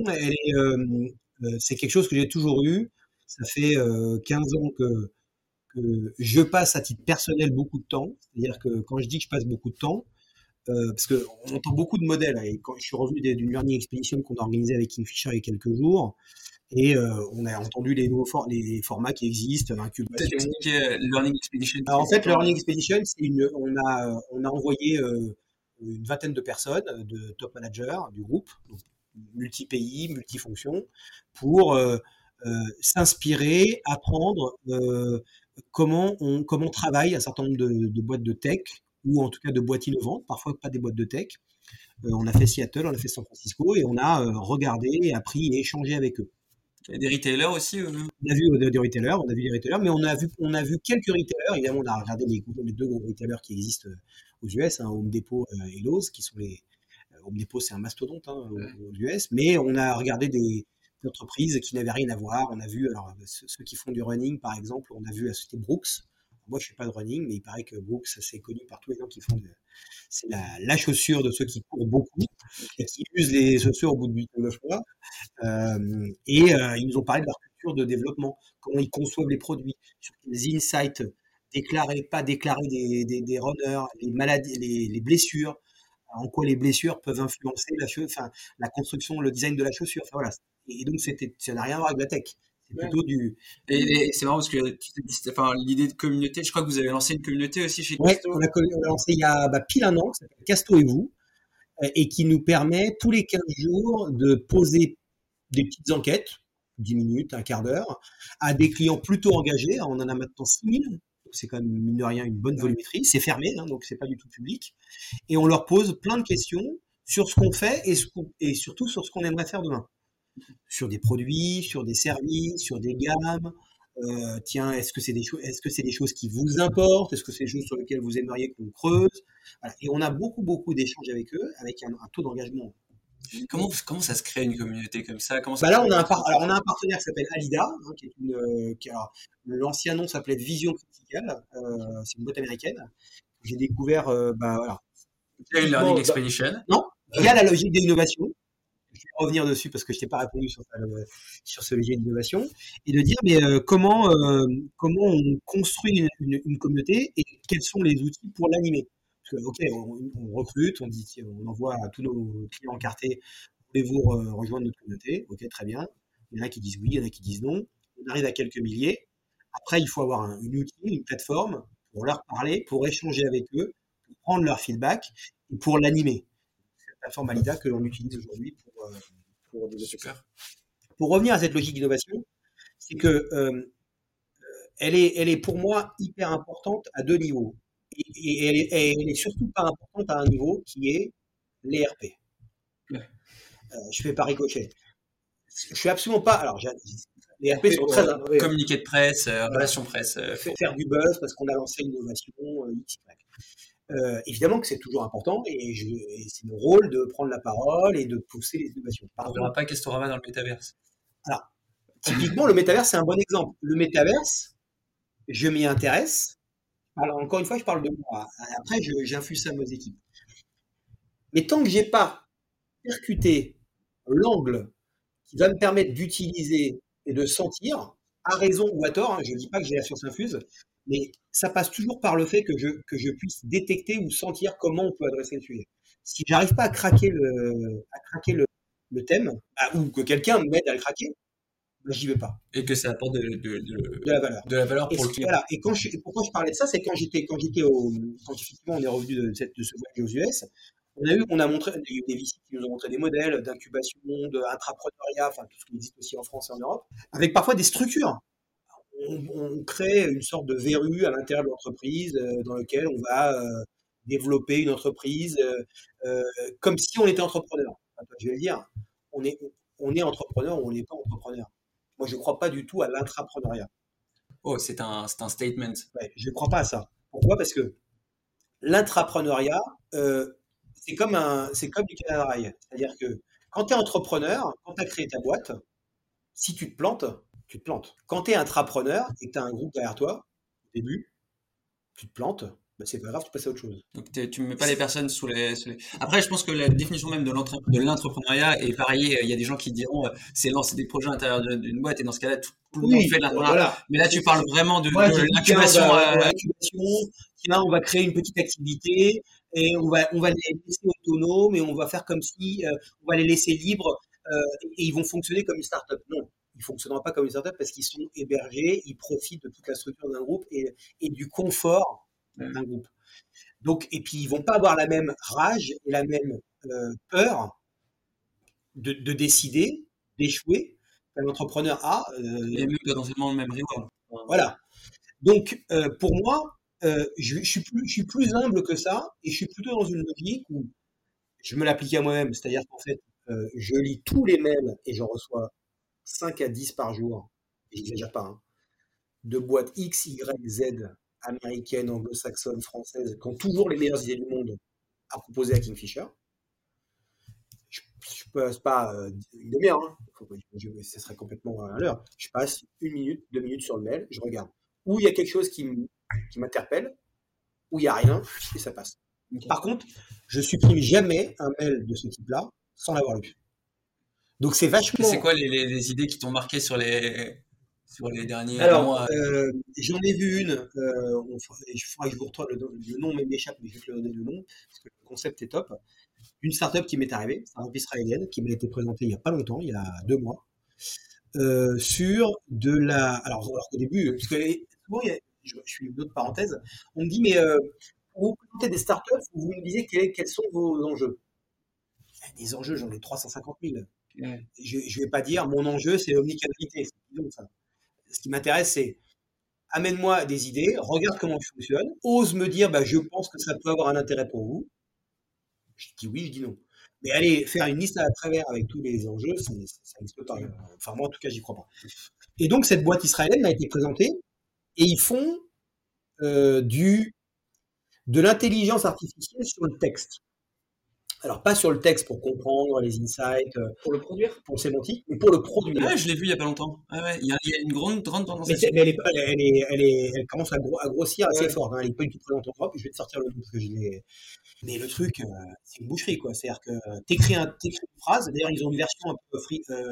c'est quelque chose que j'ai toujours eu. Ça fait 15 ans que je passe à titre personnel beaucoup de temps. C'est-à-dire que quand je dis que je passe beaucoup de temps, parce qu'on entend beaucoup de modèles. Et quand je suis revenu d'une learning expedition qu'on a organisée avec Kingfisher il y a quelques jours, et on a entendu les les formats qui existent, incubation. Peut-être expliquer Learning Expedition. Alors, en fait, Learning Expedition, on a envoyé une vingtaine de personnes, de top managers du groupe, donc multi-pays, multifonctions, pour s'inspirer, apprendre comment on travaille un certain nombre de boîtes de tech, ou en tout cas de boîtes innovantes, parfois pas des boîtes de tech. On a fait Seattle, on a fait San Francisco, et on a regardé, appris et échangé avec eux. Et des retailers aussi On a vu des retailers, mais on a vu quelques retailers. Évidemment, on a regardé les deux gros retailers qui existent aux US, Home Depot et Lowe's, qui sont Home Depot, c'est un mastodonte aux US, mais on a regardé des entreprises qui n'avaient rien à voir. On a vu, alors, ceux qui font du running, par exemple, on a vu la société Brooks. Moi, je fais pas de running, mais il paraît que Brooks, c'est connu par tous les gens qui font c'est la chaussure de ceux qui courent beaucoup et qui usent les chaussures au bout de 8 ou 9 mois. Ils nous ont parlé de leur culture de développement, comment ils conçoivent les produits, sur les insights déclarés, pas déclarés des runners, les maladies, les blessures, en quoi les blessures peuvent influencer la construction, le design de la chaussure. Enfin, voilà. Et donc, ça n'a rien à voir avec la tech. C'est plutôt du. Et c'est marrant parce que l'idée de communauté, je crois que vous avez lancé une communauté aussi chez Ouais, Casto. on a lancé il y a pile un an, qui s'appelle Casto et vous, et qui nous permet tous les 15 jours de poser des petites enquêtes, 10 minutes, un quart d'heure, à des clients plutôt engagés. On en a maintenant 6000. C'est quand même, mine de rien, une bonne volumétrie. C'est fermé, donc c'est pas du tout public. Et on leur pose plein de questions sur ce qu'on fait et surtout sur ce qu'on aimerait faire demain. Sur des produits, sur des services, sur des gammes. Tiens, est-ce que c'est des choses qui vous importent? Est-ce que c'est des choses sur lesquelles vous aimeriez qu'on creuse? Voilà. Et on a beaucoup d'échanges avec eux, avec un taux d'engagement. Comment ça se crée une communauté comme ça? Là, on a un partenaire qui s'appelle Alida, qui est l'ancien nom s'appelait Vision Critical. C'est une boîte américaine. J'ai découvert, voilà. Il y a une Learning Expedition. Non, il y a la logique d'innovation. Je vais revenir dessus parce que je t'ai pas répondu sur ce levier d'innovation, et de dire mais comment on construit une communauté et quels sont les outils pour l'animer. Parce que, ok, on recrute, on envoie à tous nos clients encartés, voulez-vous rejoindre notre communauté? Ok, très bien. Il y en a qui disent oui, il y en a qui disent non. On arrive à quelques milliers. Après, il faut avoir un outil, une plateforme pour leur parler, pour échanger avec eux, pour prendre leur feedback et pour l'animer. Plateforme Alida que l'on utilise aujourd'hui pour développer. Super. Pour revenir à cette logique d'innovation, c'est que elle est pour moi hyper importante à deux niveaux. Et elle est surtout pas importante à un niveau qui est l'ERP. Ouais. Je fais pas ricochet. Je suis absolument pas. Alors, les RP sont très. Communiqué de presse, relations presse. Faire du buzz parce qu'on a lancé une innovation X. Évidemment que c'est toujours important et c'est mon rôle de prendre la parole et de pousser les innovations. On ne verra pas Castorama dans le métaverse. Alors, typiquement, le métaverse, c'est un bon exemple. Le métaverse, je m'y intéresse. Alors, encore une fois, je parle de moi. Après, j'infuse ça à mes équipes. Mais tant que j'ai pas percuté l'angle qui va me permettre d'utiliser et de sentir, à raison ou à tort, je ne dis pas que j'ai la science infuse, mais ça passe toujours par le fait que je puisse détecter ou sentir comment on peut adresser le sujet. Si j'arrive pas à craquer le thème, ou que quelqu'un m'aide à le craquer, j'y vais pas. Et que ça apporte de la valeur. De la valeur pour le client. Voilà. Et pourquoi je parlais de ça, c'est quand effectivement on est revenu de ce voyage aux US, on a montré, il y a eu des visites qui nous ont montré des modèles d'incubation, d'intrapreneuriat, enfin tout ce qui existe aussi en France et en Europe, avec parfois des structures. On crée une sorte de verrue à l'intérieur de l'entreprise dans lequel on va développer une entreprise comme si on était entrepreneur. Enfin, je vais le dire, on est entrepreneur ou on n'est pas entrepreneur. Moi, je ne crois pas du tout à l'intrapreneuriat. Oh, c'est un statement. Ouais, je ne crois pas à ça. Pourquoi? Parce que l'intrapreneuriat, c'est comme du Canada Rail. C'est-à-dire que quand tu es entrepreneur, quand tu as créé ta boîte, si tu te plantes, tu te plantes. Quand tu es intrapreneur et que tu as un groupe derrière toi, au début, tu te plantes, c'est pas grave, tu passes à autre chose. Donc tu ne mets pas les personnes sous les... Après, je pense que la définition même de l'entrepreneuriat est pareil. Il y a des gens qui diront c'est lancer des projets à l'intérieur d'une boîte et dans ce cas-là, tout le monde fait de l'entrepreneuriat. Voilà. Mais là, tu parles vraiment de l'incubation. Tiens, on va créer une petite activité et on va les laisser autonomes et on va faire comme si on va les laisser libres et ils vont fonctionner comme une start-up. Non. Ils ne fonctionneront pas comme une startup parce qu'ils sont hébergés, ils profitent de toute la structure d'un groupe et du confort d'un groupe. Donc, et puis, ils ne vont pas avoir la même rage et la même peur de décider, d'échouer qu'un entrepreneur a. Et même potentiellement le même reward. Voilà. Donc, pour moi, je suis plus humble que ça et je suis plutôt dans une logique où je me l'applique à moi-même. C'est-à-dire qu'en fait, je lis tous les mails et j'en reçois 5 à 10 par jour, et j'exagère pas, hein, de boîtes X, Y, Z, américaines, anglo-saxonnes, françaises, qui ont toujours les meilleures idées du monde à proposer à Kingfisher. Je passe pas une demi-heure, hein. Ce serait complètement à l'heure. Je passe 1 minute, 2 minutes sur le mail, je regarde. Où il y a quelque chose qui m'interpelle, où il n'y a rien, et ça passe. Okay. Par contre, je supprime jamais un mail de ce type-là sans l'avoir lu. Donc c'est vachement... C'est quoi les idées qui t'ont marqué sur les derniers mois? J'en ai vu une, il faudra que je vous retrouve le nom, mais m'échappe, mais je vais te donner le nom, parce que le concept est top. Une startup qui m'est arrivée, une startup israélienne, qui m'a été présentée il n'y a pas longtemps, il y a 2 mois, sur de la... Alors au début, parce que souvent, je suis une autre parenthèse, on me dit, mais pour vous présenter des startups, vous me disiez quels sont vos enjeux. Des enjeux, j'en ai 350 000. Ouais. Je ne vais pas dire, mon enjeu, c'est l'omnicanalité. C'est ça. Ce qui m'intéresse, c'est amène-moi des idées, regarde comment je fonctionne, ose me dire, je pense que ça peut avoir un intérêt pour vous. Je dis oui, je dis non. Mais aller faire une liste à travers avec tous les enjeux, ça n'existe pas. Enfin, moi, en tout cas, j'y crois pas. Et donc, cette boîte israélienne m'a été présentée et ils font de l'intelligence artificielle sur le texte. Alors, pas sur le texte pour comprendre les insights. Pour le produire? Pour le sémantique, mais pour le produire. Ah, je l'ai vu il y a pas longtemps. Ah ouais, il y a une grande tendance. Mais elle commence à grossir assez fort. Hein. Elle n'est pas du tout présente en Europe. Je vais te sortir le nom parce que je l'ai. Mais le truc, c'est une boucherie, quoi. C'est-à-dire que t'écris une phrase. D'ailleurs, ils ont une version un peu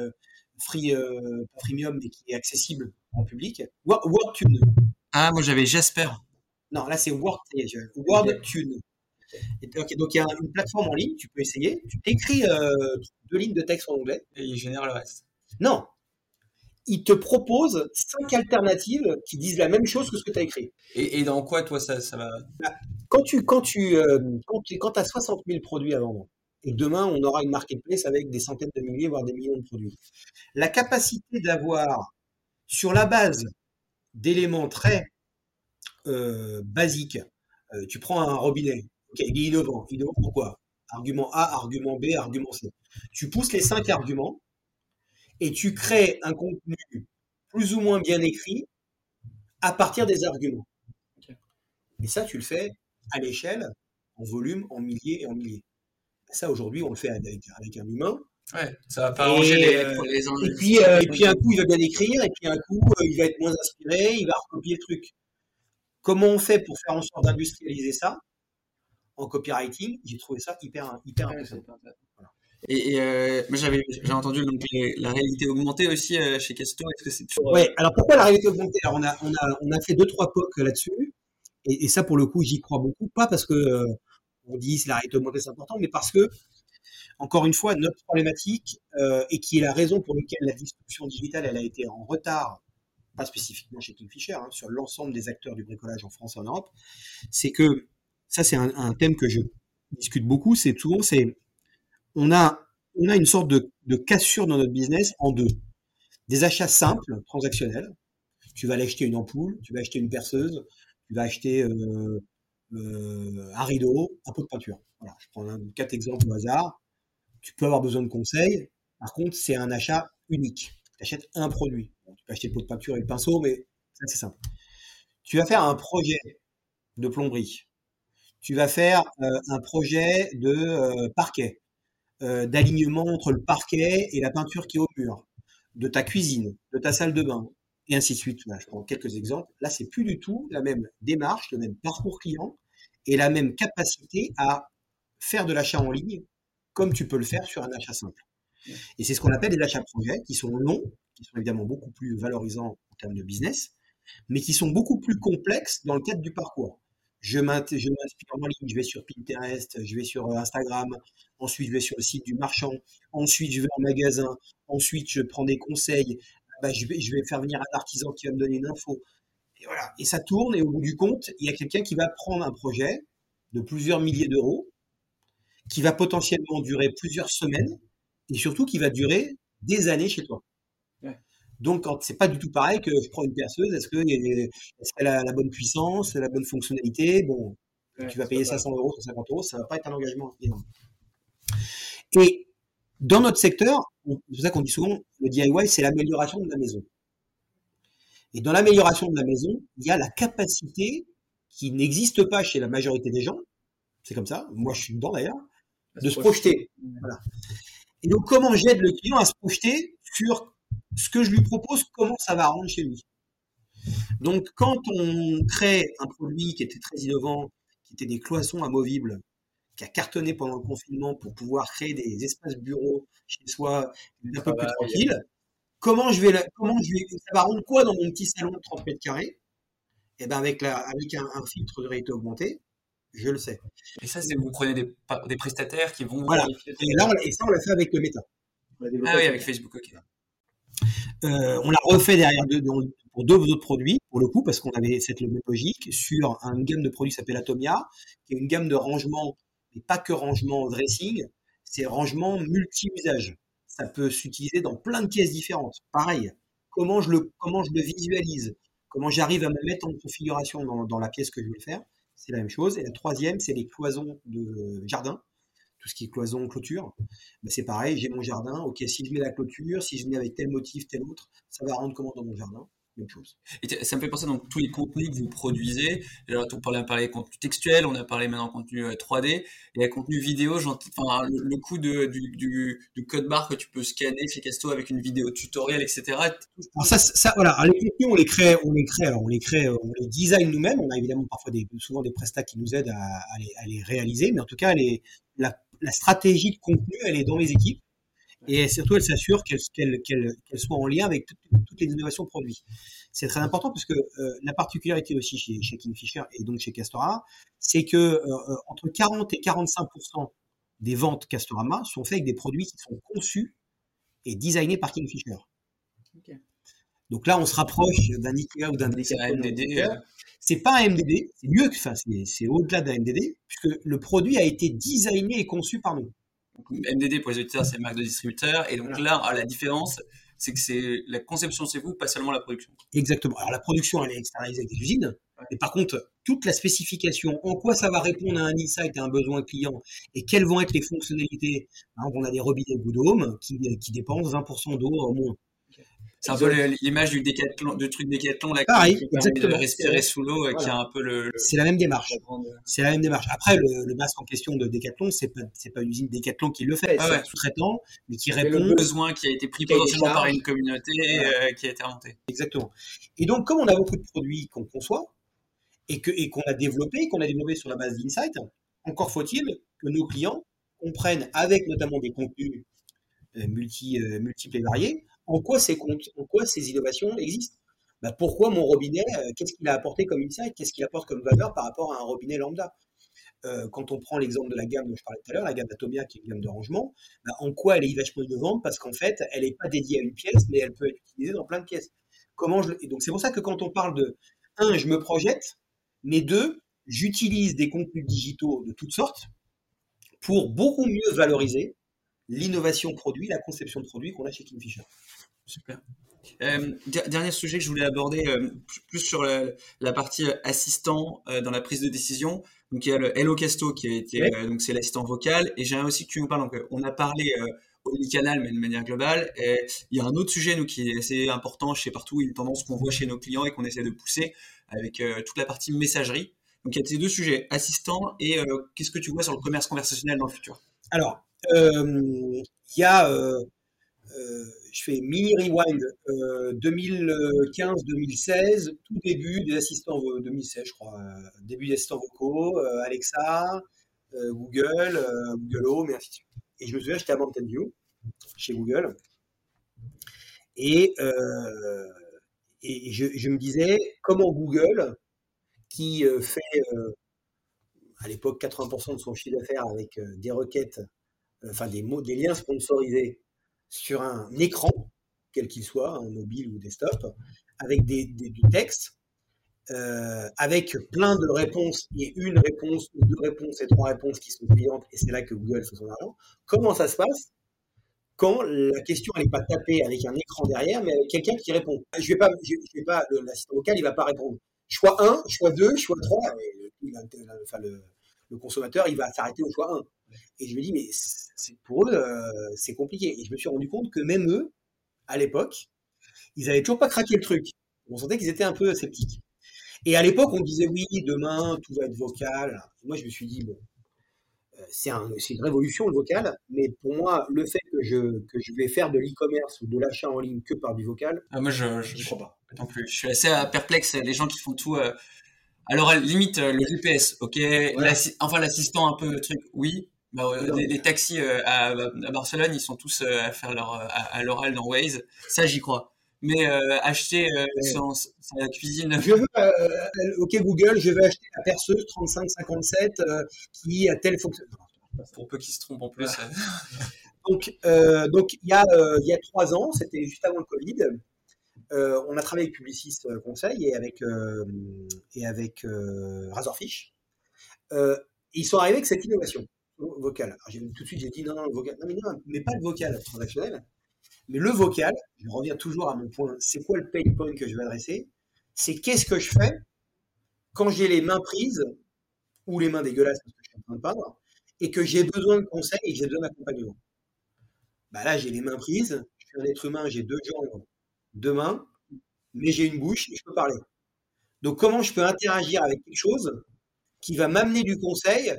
pas freemium, mais qui est accessible en public. WordTune. Ah, moi j'avais Jasper. Non, là c'est WordTune. Donc il y a une plateforme en ligne, tu peux essayer. Tu t'écris 2 lignes de texte en anglais. Et il génère le reste. Non. Il te propose 5 alternatives qui disent la même chose que ce que tu as écrit. Et dans quoi, toi, ça va? Quand tu as 60 000 produits à vendre, et demain, on aura une marketplace avec des centaines de milliers, voire des millions de produits, la capacité d'avoir, sur la base d'éléments très basiques, tu prends un robinet, okay, il est innovant. Innovant pourquoi? Argument A, argument B, argument C. Tu pousses les 5 arguments, et tu crées un contenu plus ou moins bien écrit à partir des arguments. Okay. Et ça, tu le fais à l'échelle, en volume, en milliers et en milliers. Ça, aujourd'hui, on le fait avec un humain. Ouais, ça va pas arranger les enjeux. Et puis un coup, il va bien écrire, et puis un coup, il va être moins inspiré, il va recopier le truc. Comment on fait pour faire en sorte d'industrialiser ça en copywriting? J'ai trouvé ça hyper intéressant. Voilà. Et moi j'avais entendu donc la réalité augmentée aussi chez Casto. Est-ce que c'est toujours... Ouais. Alors pourquoi la réalité augmentée? Alors on a fait 2-3 POC là-dessus, et ça pour le coup j'y crois beaucoup. Pas parce que on dit que la réalité augmentée c'est important, mais parce que encore une fois notre problématique et qui est la raison pour laquelle la distribution digitale elle a été en retard, pas spécifiquement chez Kingfisher, hein, sur l'ensemble des acteurs du bricolage en France et en Europe, c'est que ça c'est un thème que je discute beaucoup. C'est souvent on a une sorte de cassure dans notre business en deux. Des achats simples, transactionnels. Tu vas aller acheter une ampoule, tu vas acheter une perceuse, tu vas acheter un rideau, un pot de peinture. Voilà, je prends 4 exemples au hasard. Tu peux avoir besoin de conseils. Par contre, c'est un achat unique. Tu achètes un produit. Bon, tu peux acheter le pot de peinture et le pinceau, mais ça, c'est simple. Tu vas faire un projet de plomberie. Tu vas faire un projet de parquet. D'alignement entre le parquet et la peinture qui est au mur, de ta cuisine, de ta salle de bain, et ainsi de suite. Là, je prends quelques exemples. Là, c'est plus du tout la même démarche, le même parcours client et la même capacité à faire de l'achat en ligne comme tu peux le faire sur un achat simple. Et c'est ce qu'on appelle des achats projets qui sont longs, qui sont évidemment beaucoup plus valorisants en termes de business, mais qui sont beaucoup plus complexes dans le cadre du parcours. Je m'inspire en ligne, je vais sur Pinterest, je vais sur Instagram, ensuite je vais sur le site du marchand, ensuite je vais en magasin, ensuite je prends des conseils, je vais faire venir un artisan qui va me donner une info. Et voilà. Et ça tourne, et au bout du compte, il y a quelqu'un qui va prendre un projet de plusieurs milliers d'euros, qui va potentiellement durer plusieurs semaines, et surtout qui va durer des années chez toi. Ouais. Donc, c'est pas du tout pareil que je prends une perceuse. Est-ce qu'elle a la bonne puissance, la bonne fonctionnalité? Bon, ouais, tu vas payer ça 100 euros, 150 euros, ça va pas être un engagement énorme. Et Dans notre secteur, c'est pour ça qu'on dit souvent le DIY, c'est l'amélioration de la maison. Et dans l'amélioration de la maison, il y a la capacité qui n'existe pas chez la majorité des gens, c'est comme ça, moi je suis dedans d'ailleurs, de se projeter. Voilà. Et donc comment j'aide le client à se projeter sur ce que je lui propose, comment ça va rendre chez lui. Donc quand on crée un produit qui était très innovant, qui était des cloisons amovibles, qui a cartonné pendant le confinement pour pouvoir créer des espaces bureaux chez soi un peu plus tranquille, ça va rendre quoi dans mon petit salon de 30 mètres carrés? Et ben avec un filtre de réalité augmentée, je le sais. Et ça, vous prenez des prestataires qui vont Voilà. vérifier. Et ça, on l'a fait avec le Meta. Ah oui, avec Facebook, ok. On l'a refait derrière pour deux autres produits, pour le coup, parce qu'on avait cette même logique, sur une gamme de produits qui s'appelle Atomia, qui est une gamme de rangement, mais pas que rangement dressing, c'est rangement multi-usage. Ça peut s'utiliser dans plein de pièces différentes. Pareil, comment je le visualise, comment j'arrive à me mettre en configuration dans la pièce que je veux faire, c'est la même chose. Et la troisième, c'est les cloisons de jardin. Tout ce qui est cloison, clôture, ben c'est pareil, j'ai mon jardin, ok, si je mets la clôture, si je mets avec tel motif, tel autre, ça va rendre comment dans mon jardin, même chose. Et ça me fait penser dans tous les contenus que vous produisez. Alors, on a parlé de contenu textuel, on a parlé maintenant de contenu 3D, et le contenu vidéo, enfin, le coup du code barre que tu peux scanner chez Casto avec une vidéo tutoriel, etc. Alors ça voilà, alors les contenus, on les design nous-mêmes, on a évidemment parfois souvent des prestats qui nous aident à les réaliser, mais en tout cas, la stratégie de contenu, elle est dans les équipes. Et surtout, elle s'assure qu'elle soit en lien avec toutes les innovations de produits. C'est très important parce que la particularité aussi chez Kingfisher et donc chez Castorama, c'est que entre 40 et 45% des ventes Castorama sont faites avec des produits qui sont conçus et designés par Kingfisher. Okay. Donc là, on se rapproche d'un IKEA ou d'un MDD. C'est pas un MDD, c'est mieux que ça, c'est au-delà d'un MDD, puisque le produit a été designé et conçu par nous. MDD pour les auditeurs, c'est marque de distributeur. Et donc voilà. Là, la différence, c'est que c'est la conception, c'est vous, pas seulement la production. Exactement. Alors la production, elle est externalisée avec des usines. Ouais. Mais par contre, toute la spécification, en quoi ça va répondre à un insight, à un besoin client, et quelles vont être les fonctionnalités. Par exemple, on a des robinets Good Home qui dépensent 20% d'eau au moins. C'est un peu l'image du truc Décathlon là, pareil, qui permet de respirer sous l'eau, voilà. Qui est un peu C'est la même démarche. C'est la même démarche. Après, le masque en question de Décathlon, c'est pas une usine Décathlon qui le fait, c'est un sous-traitant, mais qui répond le besoin qui a été pris potentiellement par une communauté qui a été remontée. Exactement. Et donc, comme on a beaucoup de produits qu'on conçoit et qu'on a développé sur la base d'Insight, encore faut-il que nos clients comprennent, avec notamment des contenus multiples et variés, en quoi ces innovations existent. Bah, pourquoi mon robinet, qu'est-ce qu'il a apporté comme insight, qu'est-ce qu'il apporte comme valeur par rapport à un robinet lambda. Quand on prend l'exemple de la gamme dont je parlais tout à l'heure, la gamme Atomia qui est une gamme de rangement, bah, en quoi elle est vachement innovante, parce qu'en fait, elle n'est pas dédiée à une pièce, mais elle peut être utilisée dans plein de pièces. Et donc c'est pour ça que quand on parle de 1, je me projette, mais 2, j'utilise des contenus digitaux de toutes sortes pour beaucoup mieux valoriser l'innovation produit, la conception de produit qu'on a chez Kingfisher. Super. Dernier sujet que je voulais aborder, plus sur la partie assistant dans la prise de décision. Donc il y a le Hello Casto qui a été, donc c'est l'assistant vocal. Et j'aimerais aussi que tu nous parles. Donc on a parlé omnicanal, mais de manière globale. Et il y a un autre sujet nous qui est assez important chez Partout, une tendance qu'on voit chez nos clients et qu'on essaie de pousser avec toute la partie messagerie. Donc il y a ces deux sujets, assistant et qu'est-ce que tu vois sur le commerce conversationnel dans le futur? Alors, il y a, je fais mini rewind, 2015-2016, tout début des assistants, 2016 je crois, début des assistants vocaux, Alexa, Google, Google Home et ainsi de suite. Et je me souviens, j'étais à Mountain View, chez Google, et je me disais, comment Google, qui fait à l'époque 80% de son chiffre d'affaires avec des requêtes, enfin des liens sponsorisés sur un écran, quel qu'il soit, un mobile ou desktop, avec du texte, avec plein de réponses, et une réponse, ou deux réponses et trois réponses qui sont payantes, et c'est là que Google fait son argent. Comment ça se passe quand la question n'est pas tapée avec un écran derrière, mais avec quelqu'un qui répond? Je vais pas, l'assistant vocal, il va pas répondre. Choix 1, choix 2, choix 3, Le consommateur, il va s'arrêter au choix 1. Et je me dis, mais pour eux, c'est compliqué. Et je me suis rendu compte que même eux, à l'époque, ils avaient toujours pas craqué le truc. On sentait qu'ils étaient un peu sceptiques. Et à l'époque, on disait, oui, demain, tout va être vocal. Moi, je me suis dit, bon, c'est une révolution, le vocal. Mais pour moi, le fait que je vais faire de l'e-commerce ou de l'achat en ligne que par du vocal, Moi, j'y crois pas. non plus. Je suis assez perplexe. Les gens qui font tout. Alors, limite, le GPS, ok. Voilà. Enfin, l'assistant un peu truc, oui. Bah, les taxis à Barcelone, ils sont tous à faire à l'oral dans Waze. Ça, j'y crois. Mais acheter sa cuisine. Je veux, OK Google, je vais acheter la perceuse 3557 qui a telle fonction. Pour peu qu'ils se trompent en plus. Donc il y a 3 ans, c'était juste avant le Covid, on a travaillé avec Publicis Conseil et avec Razorfish. Ils sont arrivés avec cette innovation vocale. Alors, tout de suite, j'ai dit non, le vocal. Non, mais pas le vocal transactionnel. Mais le vocal, je reviens toujours à mon point, c'est quoi le pain point que je vais adresser? C'est qu'est-ce que je fais quand j'ai les mains prises ou les mains dégueulasses parce que je suis en train de peindre et que j'ai besoin de conseils et que j'ai besoin d'accompagnement. Bah là, j'ai les mains prises, je suis un être humain, j'ai 2 jambes, 2 mains, mais j'ai une bouche et je peux parler. Donc comment je peux interagir avec quelque chose qui va m'amener du conseil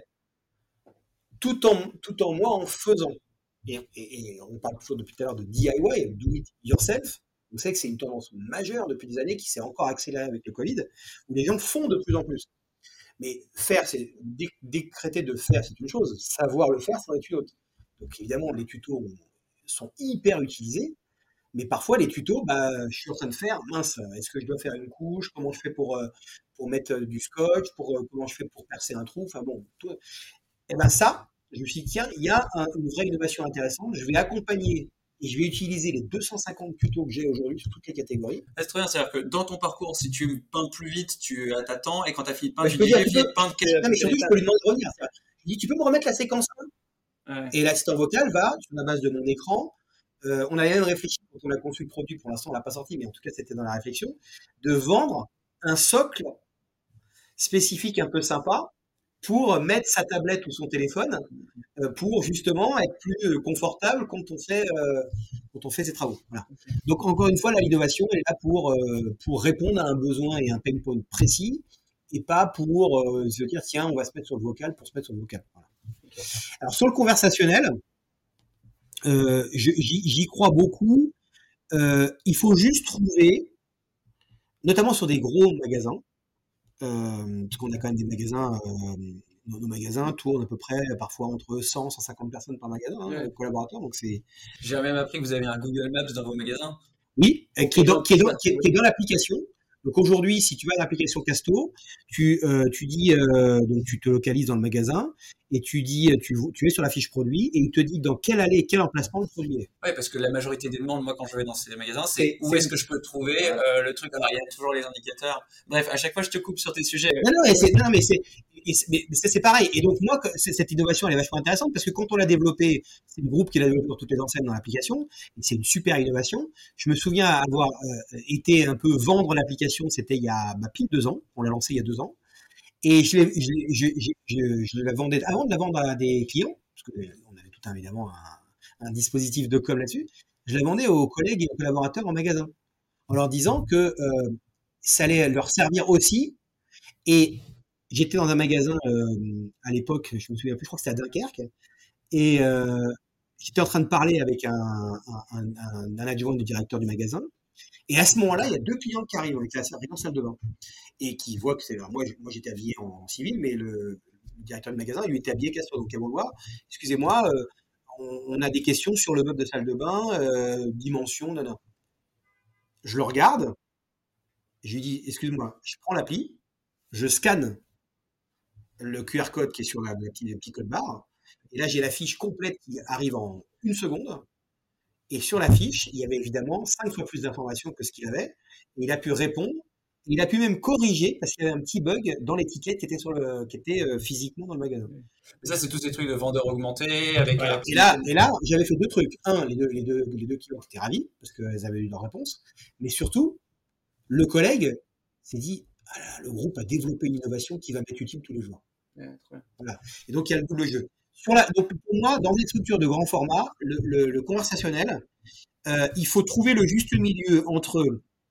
tout en moi en faisant. Et on parle toujours depuis tout à l'heure de DIY, do it yourself. Vous savez que c'est une tendance majeure depuis des années qui s'est encore accélérée avec le Covid, où les gens font de plus en plus. Mais faire, c'est décréter de faire, c'est une chose. Savoir le faire, c'en est une autre. Donc évidemment, les tutos sont hyper utilisés, mais parfois les tutos, bah, je suis en train de faire, mince, est-ce que je dois faire une couche? Comment je fais pour mettre du scotch? Comment je fais pour percer un trou? Enfin bon, tout. Et ben ça, je me suis dit, tiens, il y a une vraie innovation intéressante. Je vais accompagner et je vais utiliser les 250 tutos que j'ai aujourd'hui sur toutes les catégories. C'est très bien, c'est-à-dire que dans ton parcours, si tu peins plus vite, tu t'attends, et quand tu as fini de peindre, Bah, tu dis, j'ai fini de peindre. non, mais surtout, je peux lui demander de revenir. Je dis, tu peux me remettre la séquence 1? Ouais. Et l'assistant vocal va, sur la base de mon écran, on avait même réfléchi, quand on a conçu le produit, pour l'instant on l'a pas sorti, mais en tout cas c'était dans la réflexion, de vendre un socle spécifique un peu sympa pour mettre sa tablette ou son téléphone pour justement être plus confortable quand on fait ses travaux. Voilà. Donc encore une fois, l'innovation elle est là pour répondre à un besoin et un pain point précis et pas pour se dire tiens on va se mettre sur le vocal pour se mettre sur le vocal. Voilà. Alors sur le conversationnel, j'y crois beaucoup. Il faut juste trouver, notamment sur des gros magasins, parce qu'on a quand même des magasins, nos magasins tournent à peu près parfois entre 100 150 personnes par magasin, Ouais. collaborateurs, donc c'est... J'ai même appris que vous avez un Google Maps dans vos magasins. Oui, qui est dans l'application. Donc aujourd'hui, si tu vas à l'application Casto, tu dis, donc tu te localises dans le magasin et tu dis, tu es sur la fiche produit et il te dit dans quelle allée, quel emplacement le produit est. Ouais, parce que la majorité des demandes, moi, quand je vais dans ces magasins, c'est où est-ce que je peux trouver le truc. Alors, il y a toujours les indicateurs. Bref, à chaque fois, je te coupe sur tes sujets. Mais c'est pareil. Et donc moi, cette innovation, elle est vachement intéressante parce que quand on l'a développée, c'est le groupe qui l'a développée pour toutes les enseignes dans l'application. Et c'est une super innovation. Je me souviens avoir été un peu vendre l'application. C'était il y a pile 2 ans. On l'a lancé il y a 2 ans. Et je la vendais avant de la vendre à des clients, parce qu'on avait tout évidemment un dispositif de com là-dessus. Je la vendais aux collègues et aux collaborateurs en magasin, en leur disant que ça allait leur servir aussi. Et j'étais dans un magasin à l'époque, je me souviens plus, je crois que c'était à Dunkerque, et j'étais en train de parler avec un adjoint du directeur du magasin. Et à ce moment-là, il y a 2 clients qui arrivent avec la salle de bain et qui voient que c'est. Alors moi j'étais habillé en civil, mais le directeur du magasin, lui était habillé Castro. Donc ils vont le voir. Excusez-moi, on a des questions sur le meuble de salle de bain, dimension, non. Je le regarde, je lui dis, excuse-moi, je prends l'appli, je scanne le QR code qui est sur le petit code barre, et là j'ai la fiche complète qui arrive en 1 seconde. Et sur la fiche, il y avait évidemment 5 fois plus d'informations que ce qu'il avait. Et il a pu répondre. Il a pu même corriger parce qu'il y avait un petit bug dans l'étiquette qui était physiquement dans le magasin. Mais ça, c'est tous ces trucs de vendeurs augmentés avec. Voilà. Et là, j'avais fait 2 trucs. Un, les deux clients étaient ravis parce qu'elles avaient eu leur réponse. Mais surtout, le collègue s'est dit, ah là, le groupe a développé une innovation qui va m'être utile tous les jours. Trop bien. Voilà. Et donc, il y a le double jeu. Donc, pour moi, dans des structures de grand format, le conversationnel, il faut trouver le juste milieu entre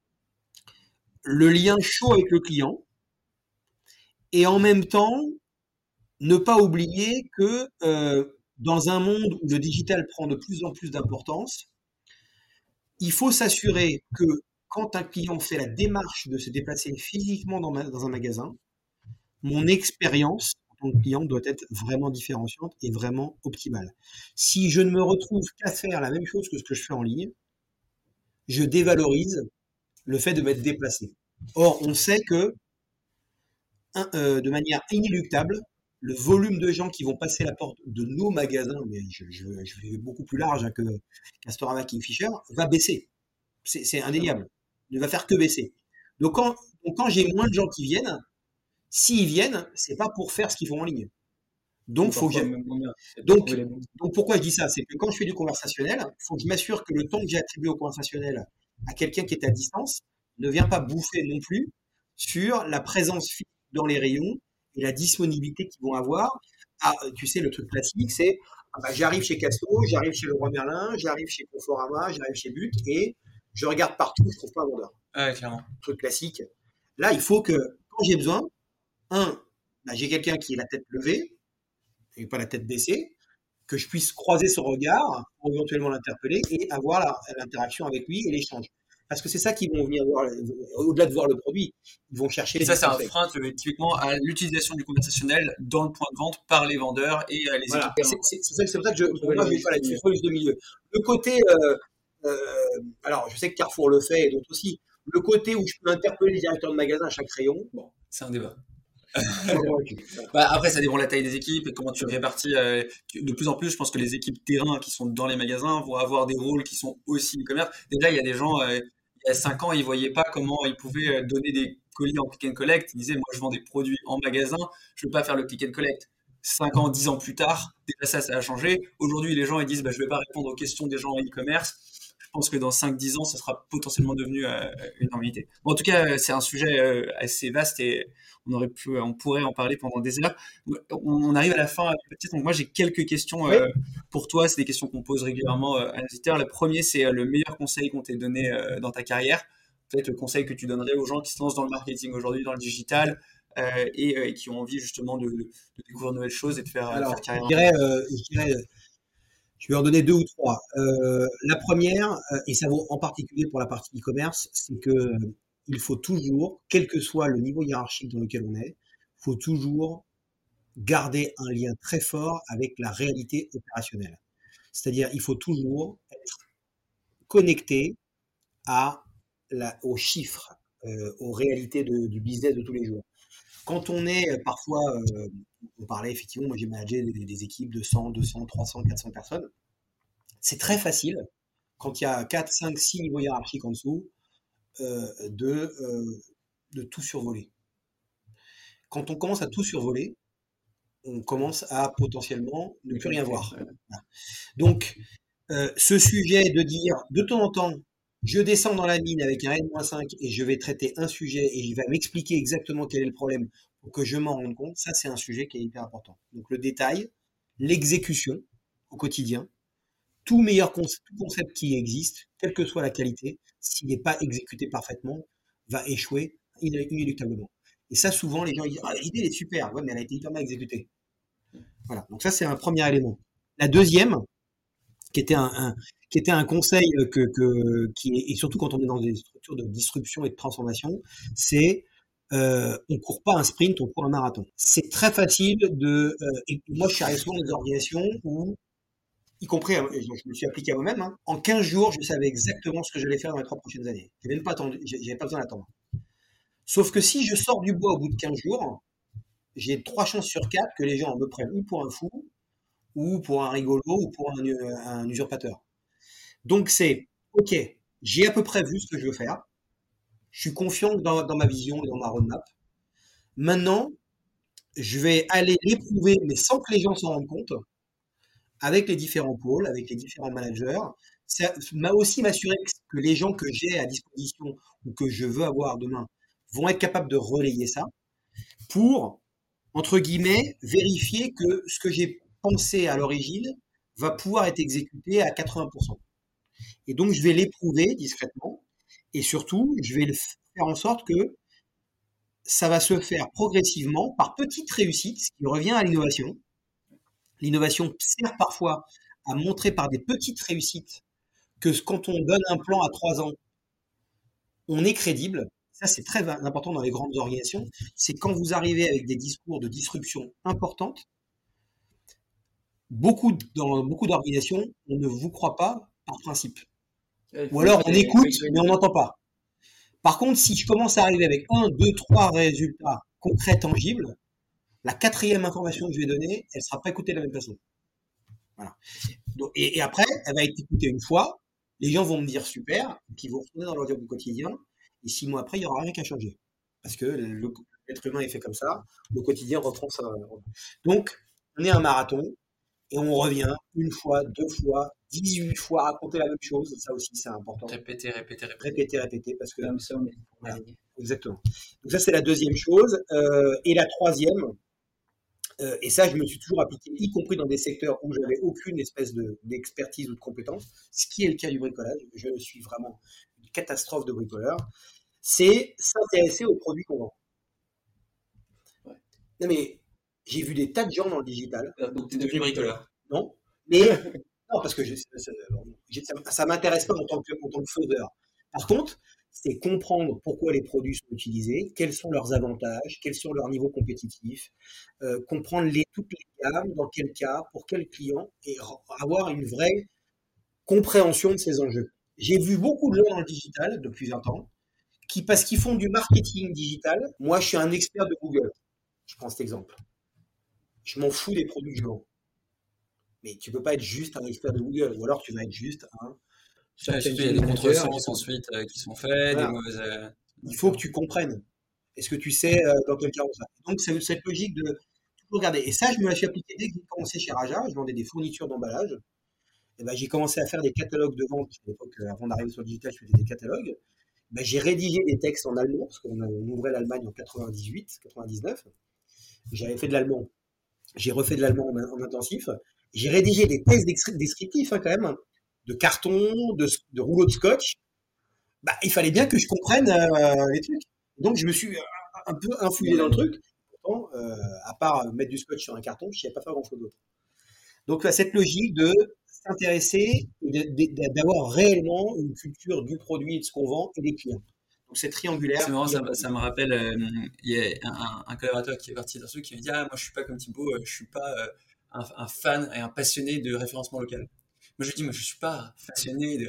le lien chaud avec le client et en même temps, ne pas oublier que dans un monde où le digital prend de plus en plus d'importance, il faut s'assurer que quand un client fait la démarche de se déplacer physiquement dans un magasin, mon expérience en tant que client doit être vraiment différenciante et vraiment optimale. Si je ne me retrouve qu'à faire la même chose que ce que je fais en ligne, je dévalorise le fait de m'être déplacé. Or, on sait que, de manière inéluctable, le volume de gens qui vont passer la porte de nos magasins, mais je vais beaucoup plus large que Castorama, Kingfisher, va baisser. C'est indéniable. Ne va faire que baisser. Donc quand j'ai moins de gens qui viennent, s'ils viennent, c'est pas pour faire ce qu'ils font en ligne. Donc, donc pourquoi je dis ça? C'est que quand je fais du conversationnel, il faut que je m'assure que le temps que j'ai attribué au conversationnel à quelqu'un qui est à distance ne vient pas bouffer non plus sur la présence physique dans les rayons et la disponibilité qu'ils vont avoir. Ah, tu sais, le truc classique, c'est j'arrive chez Casto, j'arrive chez Leroy Merlin, j'arrive chez Conforama, j'arrive chez But et je regarde partout, je trouve pas un vendeur. Ouais, clairement. Truc classique. Là, il faut que, quand j'ai besoin, j'ai quelqu'un qui est la tête levée et pas la tête baissée, que je puisse croiser son regard pour éventuellement l'interpeller et avoir l'interaction avec lui et l'échange. Parce que c'est ça qu'ils vont venir voir, au-delà de voir le produit, ils vont chercher. Et ça, c'est un frein typiquement à l'utilisation du conversationnel dans le point de vente par les vendeurs et les voilà. équipes. C'est pour ça que pour moi, je vais pas là-dessus, il faut le milieu. Le côté, alors je sais que Carrefour le fait et d'autres aussi, le côté où je peux interpeller les directeurs de magasin à chaque rayon, bon, c'est un débat. Après, ça dépend de la taille des équipes et comment tu répartis. De plus en plus, je pense que les équipes terrain qui sont dans les magasins vont avoir des rôles qui sont aussi e-commerce. Déjà, il y a des gens, il y a 5 ans, ils voyaient pas comment ils pouvaient donner des colis en click and collect. Ils disaient, moi, je vends des produits en magasin, je veux pas faire le click and collect. 5 ans, 10 ans plus tard, déjà ça a changé. Aujourd'hui, les gens, ils disent, je vais pas répondre aux questions des gens en e-commerce. Je pense que dans 5-10 ans, ça sera potentiellement devenu une normalité. Bon, en tout cas, c'est un sujet assez vaste et on pourrait en parler pendant des heures. On arrive à la fin. Donc moi, j'ai quelques questions pour toi. C'est des questions qu'on pose régulièrement à l'invitateur. Le premier, c'est le meilleur conseil qu'on t'ait donné dans ta carrière. Peut-être le conseil que tu donnerais aux gens qui se lancent dans le marketing aujourd'hui, dans le digital, et qui ont envie justement de découvrir de nouvelles choses et de faire carrière. Je vais en donner 2 ou 3. La première, et ça vaut en particulier pour la partie e-commerce, c'est que il faut toujours, quel que soit le niveau hiérarchique dans lequel on est, il faut toujours garder un lien très fort avec la réalité opérationnelle. C'est-à-dire, il faut toujours être connecté aux chiffres, aux réalités du business de tous les jours. Quand on est parfois, on parlait effectivement, moi j'ai managé des équipes de 100, 200, 300, 400 personnes. C'est très facile, quand il y a 4, 5, 6 niveaux hiérarchiques en dessous, de tout survoler. Quand on commence à tout survoler, on commence à potentiellement ne plus rien voir. Voilà. Donc, ce sujet de dire, de temps en temps, je descends dans la mine avec un N-5 et je vais traiter un sujet et il va m'expliquer exactement quel est le problème pour que je m'en rende compte, ça c'est un sujet qui est hyper important. Donc le détail, l'exécution au quotidien, tout concept qui existe, quelle que soit la qualité, s'il n'est pas exécuté parfaitement, va échouer inéluctablement. Et ça, souvent, les gens disent « l'idée, elle est super, ouais, mais elle a été hyper mal exécutée. » Voilà, donc ça, c'est un premier élément. La deuxième, qui était un conseil et surtout quand on est dans des structures de disruption et de transformation, c'est on court pas un sprint, on court un marathon. C'est très facile et moi, je suis arrivé souvent dans des organisations où, y compris, je me suis appliqué à moi-même, en 15 jours, je savais exactement ce que j'allais faire dans les 3 prochaines années. J'avais pas besoin d'attendre. Sauf que si je sors du bois au bout de 15 jours, j'ai 3 chances sur 4 que les gens me prennent ou pour un fou, ou pour un rigolo, ou pour un usurpateur. Donc c'est, ok, j'ai à peu près vu ce que je veux faire, je suis confiant dans ma vision et dans ma roadmap. Maintenant, je vais aller l'éprouver, mais sans que les gens s'en rendent compte, avec les différents pôles, avec les différents managers. Ça m'a aussi m'assurer que les gens que j'ai à disposition ou que je veux avoir demain vont être capables de relayer ça pour entre guillemets, vérifier que ce que j'ai pensé à l'origine va pouvoir être exécuté à 80%. Et donc, je vais l'éprouver discrètement et surtout, je vais faire en sorte que ça va se faire progressivement par petites réussites, ce qui revient à l'innovation. L'innovation sert parfois à montrer par des petites réussites que quand on donne un plan à 3 ans, on est crédible. Ça, c'est très important dans les grandes organisations. C'est quand vous arrivez avec des discours de disruption importantes, dans beaucoup d'organisations, on ne vous croit pas par principe. Ou alors on écoute, mais on n'entend pas. Par contre, si je commence à arriver avec 1, 2, 3 résultats concrets, tangibles, la 4e information que je vais donner, elle ne sera pas écoutée de la même façon. Voilà. Donc, et après, elle va être écoutée une fois, les gens vont me dire super, et puis ils vont retourner dans leur job du quotidien, et 6 mois après, il n'y aura rien qu'à changer. Parce que l'être humain est fait comme ça, le quotidien reprend ça. Donc, on est un marathon, et on revient une fois, 2 fois, 18 fois raconter la même chose, ça aussi c'est important. Répéter, parce que Comme ça, on est voilà, exactement. Donc ça c'est la 2e chose, et la 3e, et ça je me suis toujours appliqué, y compris dans des secteurs où j'avais aucune espèce d'expertise ou de compétence, ce qui est le cas du bricolage. Je suis vraiment une catastrophe de bricoleur. C'est s'intéresser aux produits qu'on vend. Ouais. Non mais j'ai vu des tas de gens dans le digital. Donc, tu es devenu bricoleur. Non, mais non, parce que ça m'intéresse pas en tant que faiseur. Par contre, c'est comprendre pourquoi les produits sont utilisés, quels sont leurs avantages, quels sont leurs niveaux compétitifs, comprendre toutes les gammes, dans quel cas, pour quel client, et avoir une vraie compréhension de ces enjeux. J'ai vu beaucoup de gens dans le digital depuis 20 ans, parce qu'ils font du marketing digital. Moi, je suis un expert de Google. Je prends cet exemple. Je m'en fous des produits que je vends. Mais tu peux pas être juste un expert de Google, ou alors tu vas être juste un... Surtout, il y a des contresens ensuite qui sont faits, voilà. des mauvaises... Il faut que tu comprennes. Est-ce que tu sais dans quel cas on va? Donc, c'est cette logique de toujours regarder. Et ça, je me la suis appliquée dès que j'ai commencé chez Raja. Je vendais des fournitures d'emballage. Et ben, j'ai commencé à faire des catalogues de vente. À l'époque, avant d'arriver sur le digital, je faisais des catalogues. Ben, j'ai rédigé des textes en allemand, parce qu'on ouvrait l'Allemagne en 98, 99. J'avais fait de l'allemand. J'ai refait de l'allemand en intensif. J'ai rédigé des textes descriptifs, quand même, de carton, de rouleaux de scotch. Bah, il fallait bien que je comprenne les trucs. Donc, je me suis un peu infusé dans le truc. Pourtant, à part mettre du scotch sur un carton, je ne savais pas faire grand-chose d'autre. Donc, cette logique de s'intéresser, d'avoir réellement une culture du produit et de ce qu'on vend et des clients. Donc, c'est triangulaire. C'est marrant, ça me rappelle, il y a un collaborateur qui est parti d'un truc qui m'a dit « Ah, moi, je suis pas comme Thibaut, je suis pas un fan et un passionné de référencement local. » Moi, je lui dis « Moi, je suis pas passionné de